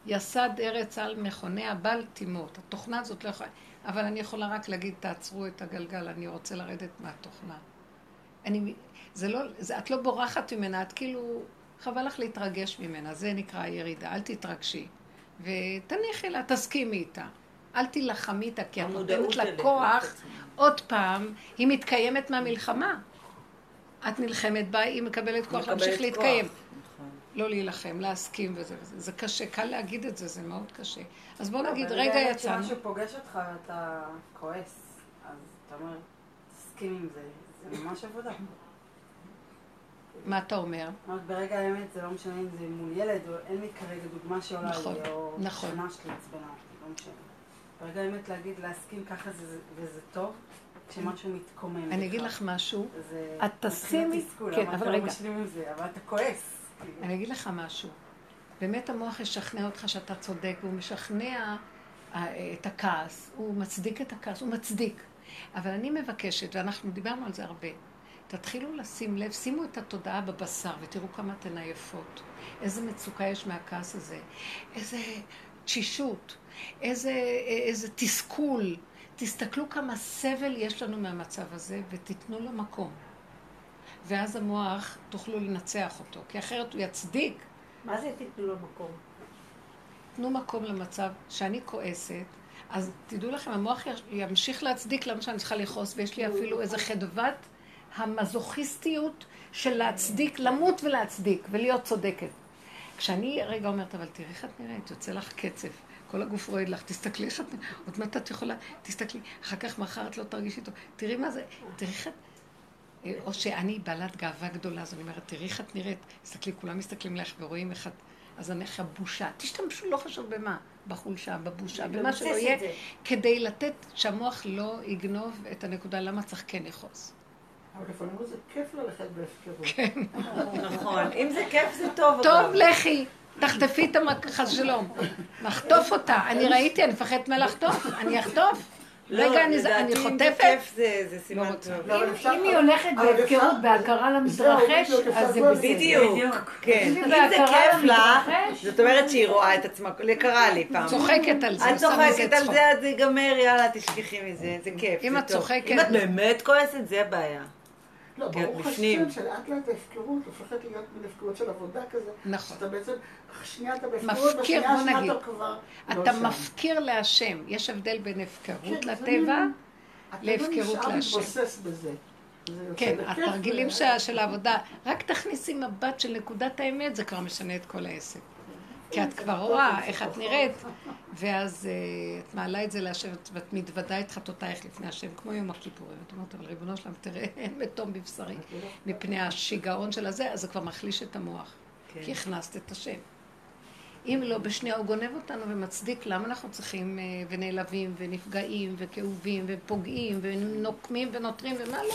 יסד ארץ על מכוניה בל תימות. התוכנה הזאת לא יכולה, אבל אני יכולה רק להגיד, תעצרו את הגלגל, אני רוצה לרדת מהתוכנה. אני, זה לא, זה, את לא בורחת ממנה, את כאילו, חבל לך להתרגש ממנה, זה נקרא ירידה, אל תתרגשי. ותניחי לה, תסכימי איתה. אל תילחמי איתה, כי את נותנת לה כוח, עוד פעם, היא מתקיימת מהמלחמה. את נלחמת בה, היא מקבלת כוח להמשיך להתקיים. לא להילחם, להסכים וזה וזה. זה קשה, קל להגיד את זה, זה מאוד קשה. אז בוא נגיד, רגע יצאנו. אבל כשמשהו פוגש אותך, אתה כועס, אז אתה אומר, תסכים עם זה, זה ממש עבודה. מה אתה אומר? ברגע האמת זה לא משנה אם זה מול ילד, או אין לי כרגע דוגמה שעולה לי, או שנה שלי עצבנה אותי, לא משנה. ברגע האמת להגיד, להסכים ככה וזה טוב, כשמשהו מתקומם. אני אגיד לך משהו, את תשימי, כן, אבל רגע. אבל אתה כועס. אני אגיד לך משהו. באמת המוח ישכנע אותך שאתה צודק, והוא משכנע את הכעס, הוא מצדיק את הכעס, הוא מצדיק. אבל אני מבקשת, ואנחנו דיברנו על זה הרבה, תתחילו לשים לב, שימו את התודעה בבשר ותראו כמה אתן עייפות. איזה מצוקה יש מהכעס הזה, איזה תשישות, איזה, איזה תסכול. תסתכלו כמה סבל יש לנו מהמצב הזה ותיתנו לו מקום. ואז המוח תוכלו לנצח אותו, כי אחרת הוא יצדיק. מה זה תיתנו לו מקום? תנו מקום למצב שאני כועסת, אז תדעו לכם, המוח ימשיך להצדיק למה שאני צריכה לכעוס, ויש לי אפילו איזה חדוות המזוכיסטיות של להצדיק, למות ולהצדיק, ולהיות צודקת. כשאני רגע אומרת, אבל תראי איך את נראית, יוצא לך קצב, כל הגוף רועד לך, תסתכלי איך את נראית, עוד מעט את יכולה, תסתכלי, אחר כך מחר את לא תרגישי איתו, תראי מה זה, תראי איך את... או שאני בעלת גאווה גדולה, אז אני אומרת, תראי איך את נראית, תסתכלי, כולם מסתכלים לך ורואים איך את... אז אני איך הבושה, תשתמשו, לא חשוב במה, בחולשה, בבושה, במה שלא יהיה, כדי לתת שהמוח לא יגנוב את הנקודה, למה צריך כן לכעוס. אבל לפעמים זה כיף ללכת בהפקרות. כן. נכון, אם זה כיף זה טוב. טוב, לכי, תחטפי את המחז שלום. נחטוף אותה, אני ראיתי, אני מפחדת מלחטוף, אני אחטוף. רגע, אני חוטפת? זה סימן טוב. אם היא הולכת בהפקרות, בהכרה למתרחש, אז זה בדיוק. כן. אם זה כיף לה, זאת אומרת שהיא רואה את עצמה, קרה לי פעם. צוחקת על זה. את צוחקת על זה, אז זה ייגמר, יאללה, תשכחי מזה, זה כיף. אם את צוחקת... אם את באמת כועסת, זה הבעיה. לא, ברוך השם שלאט לאט ההפקרות הופכת להיות מן הפקרות של עבודה כזה. נכון. שאתה בעצם, שנייה אתה בהפקרות, בשנייה השנייה אתה כבר לא שם. אתה מפקיר להשם. יש הבדל בין הפקרות לטבע להפקרות להשם. אתה מתבוסס בזה. כן, התרגילים של העבודה. רק תכניסי מבט של נקודת האמת, זה כבר משנה את כל העסק. כי את כבר רואה איך את נראית, ואז את מעלה את זה להשם, ואת מתוודה את חטאותייך לפני השם, כמו יום הכיפורים. את אומרת, אבל ריבונו שלם, תראה, אין מתום בבשרי. מפני השיגעון של הזה, אז זה כבר מחליש את המוח. כי הכנסת את השם. אם לא, בשנייה הוא גונב אותנו ומצדיק למה אנחנו צריכים, ונעלבים, ונפגעים, וכאובים, ופוגעים, ונוקמים, ונותרים, ומה לא.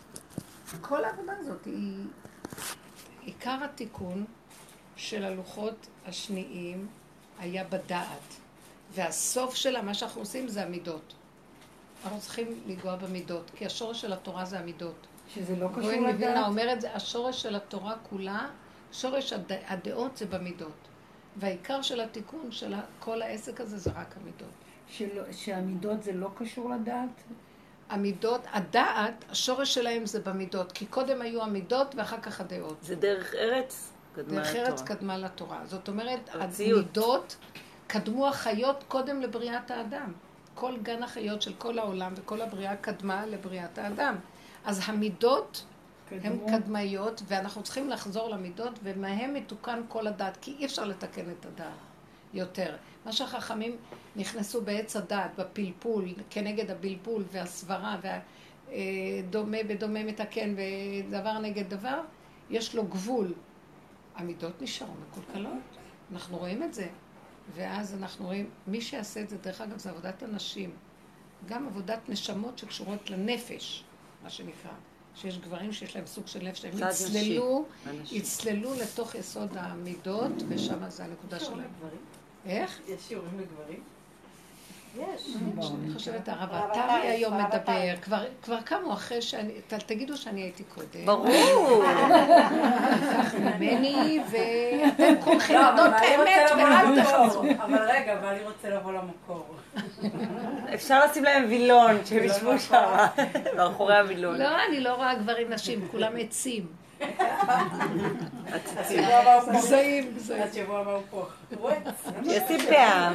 כל העבודה הזאת היא עיקר התיקון, של הלוחות השניים היה בדעת. והסוף שלה, מה שאנחנו עושים, זה המידות. אנחנו צריכים לגוע במידות, כי השורש של התורה זה המידות. שזה לא קשור לדעת. לדעת. אומרת, השורש של התורה כולה, שורש הד... הדעות זה במידות. והעיקר של התיקון של כל העסק הזה זה רק המידות. של... שהמידות זה לא קשור לדעת? המידות, הדעת, השורש שלהם זה במידות, כי קודם היו המידות ואחר כך הדעות. זה דרך ארץ? דרך ארץ קדמה לתורה. זאת אומרת, המידות קדמו החיות קודם לבריאת האדם. כל גן החיות של כל העולם וכל הבריאה קדמה לבריאת האדם. אז המידות הן קדמיות, ואנחנו צריכים לחזור למידות, ומהם מתוקן כל הדעת, כי אי אפשר לתקן את הדעת יותר. מה שהחכמים נכנסו בעץ הדעת, בפלפול, כנגד הבלבול והסברה, והדומה בדומה מתקן, ודבר נגד דבר, יש לו גבול. המידות נשארו מקולקלות, אנחנו רואים את זה, ואז אנחנו רואים, מי שיעשה את זה, דרך אגב, זה עבודת אנשים, גם עבודת נשמות שקשורות לנפש, מה שנקרא, שיש גברים שיש להם סוג של נפש, הם יצללו, יצללו לתוך יסוד המידות, ושם זה הנקודה שלהם. איך? יש שיעורים לגברים? יש. אני חושבת, הרב עטרי היום מדבר, כבר קמו אחרי שאני, תגידו שאני הייתי קודם. ברור. כך ממני, ואתם כולכם יודעות האמת ואל תחזרו. אבל רגע, אבל אני רוצה לבוא למקור. אפשר לשים להם וילון, שהם ישבו שם, מאחורי הוילון. לא, אני לא רואה גברים נשים, כולם עצים. גזעים, גזעים. עד שבוע הבא הוא פה. ישים פאה.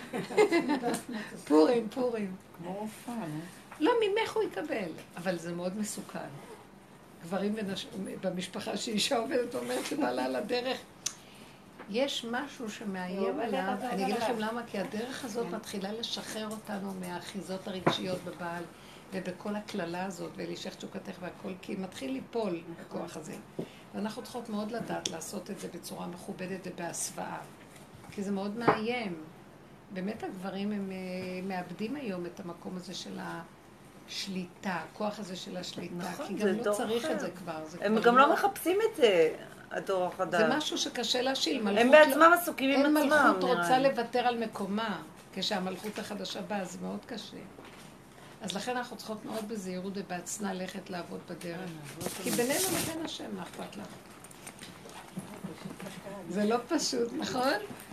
פורים, פורים. כמו הופעה, לא, ממך הוא יקבל, אבל זה מאוד מסוכן. גברים במשפחה שאישה עובדת אומרת שבעלה על הדרך. יש משהו שמאיים עליו, אני אגיד לכם למה, כי הדרך הזאת מתחילה לשחרר אותנו מהאחיזות הרגשיות בבעל ובכל הכללה הזאת, ולהישך תשוקתך והכל, כי מתחיל ליפול הכוח הזה. ואנחנו צריכות מאוד לדעת לעשות את זה בצורה מכובדת ובהסוואה, כי זה מאוד מאיים. באמת הגברים הם מאבדים היום את המקום הזה של השליטה, הכוח הזה של השליטה, כי גם לא צריך את זה כבר. הם גם לא מחפשים את זה. הדור החדש. זה משהו שקשה להשיל. הם בעצמם עסוקים עם עצמם. אין מלכות רוצה לוותר על מקומה, כשהמלכות החדשה באה, זה מאוד קשה. אז לכן אנחנו צריכות מאוד בזהירות ובעצנה ללכת לעבוד בדרך. כי בינינו לבין השם, מה אכפת לך? זה לא פשוט, נכון?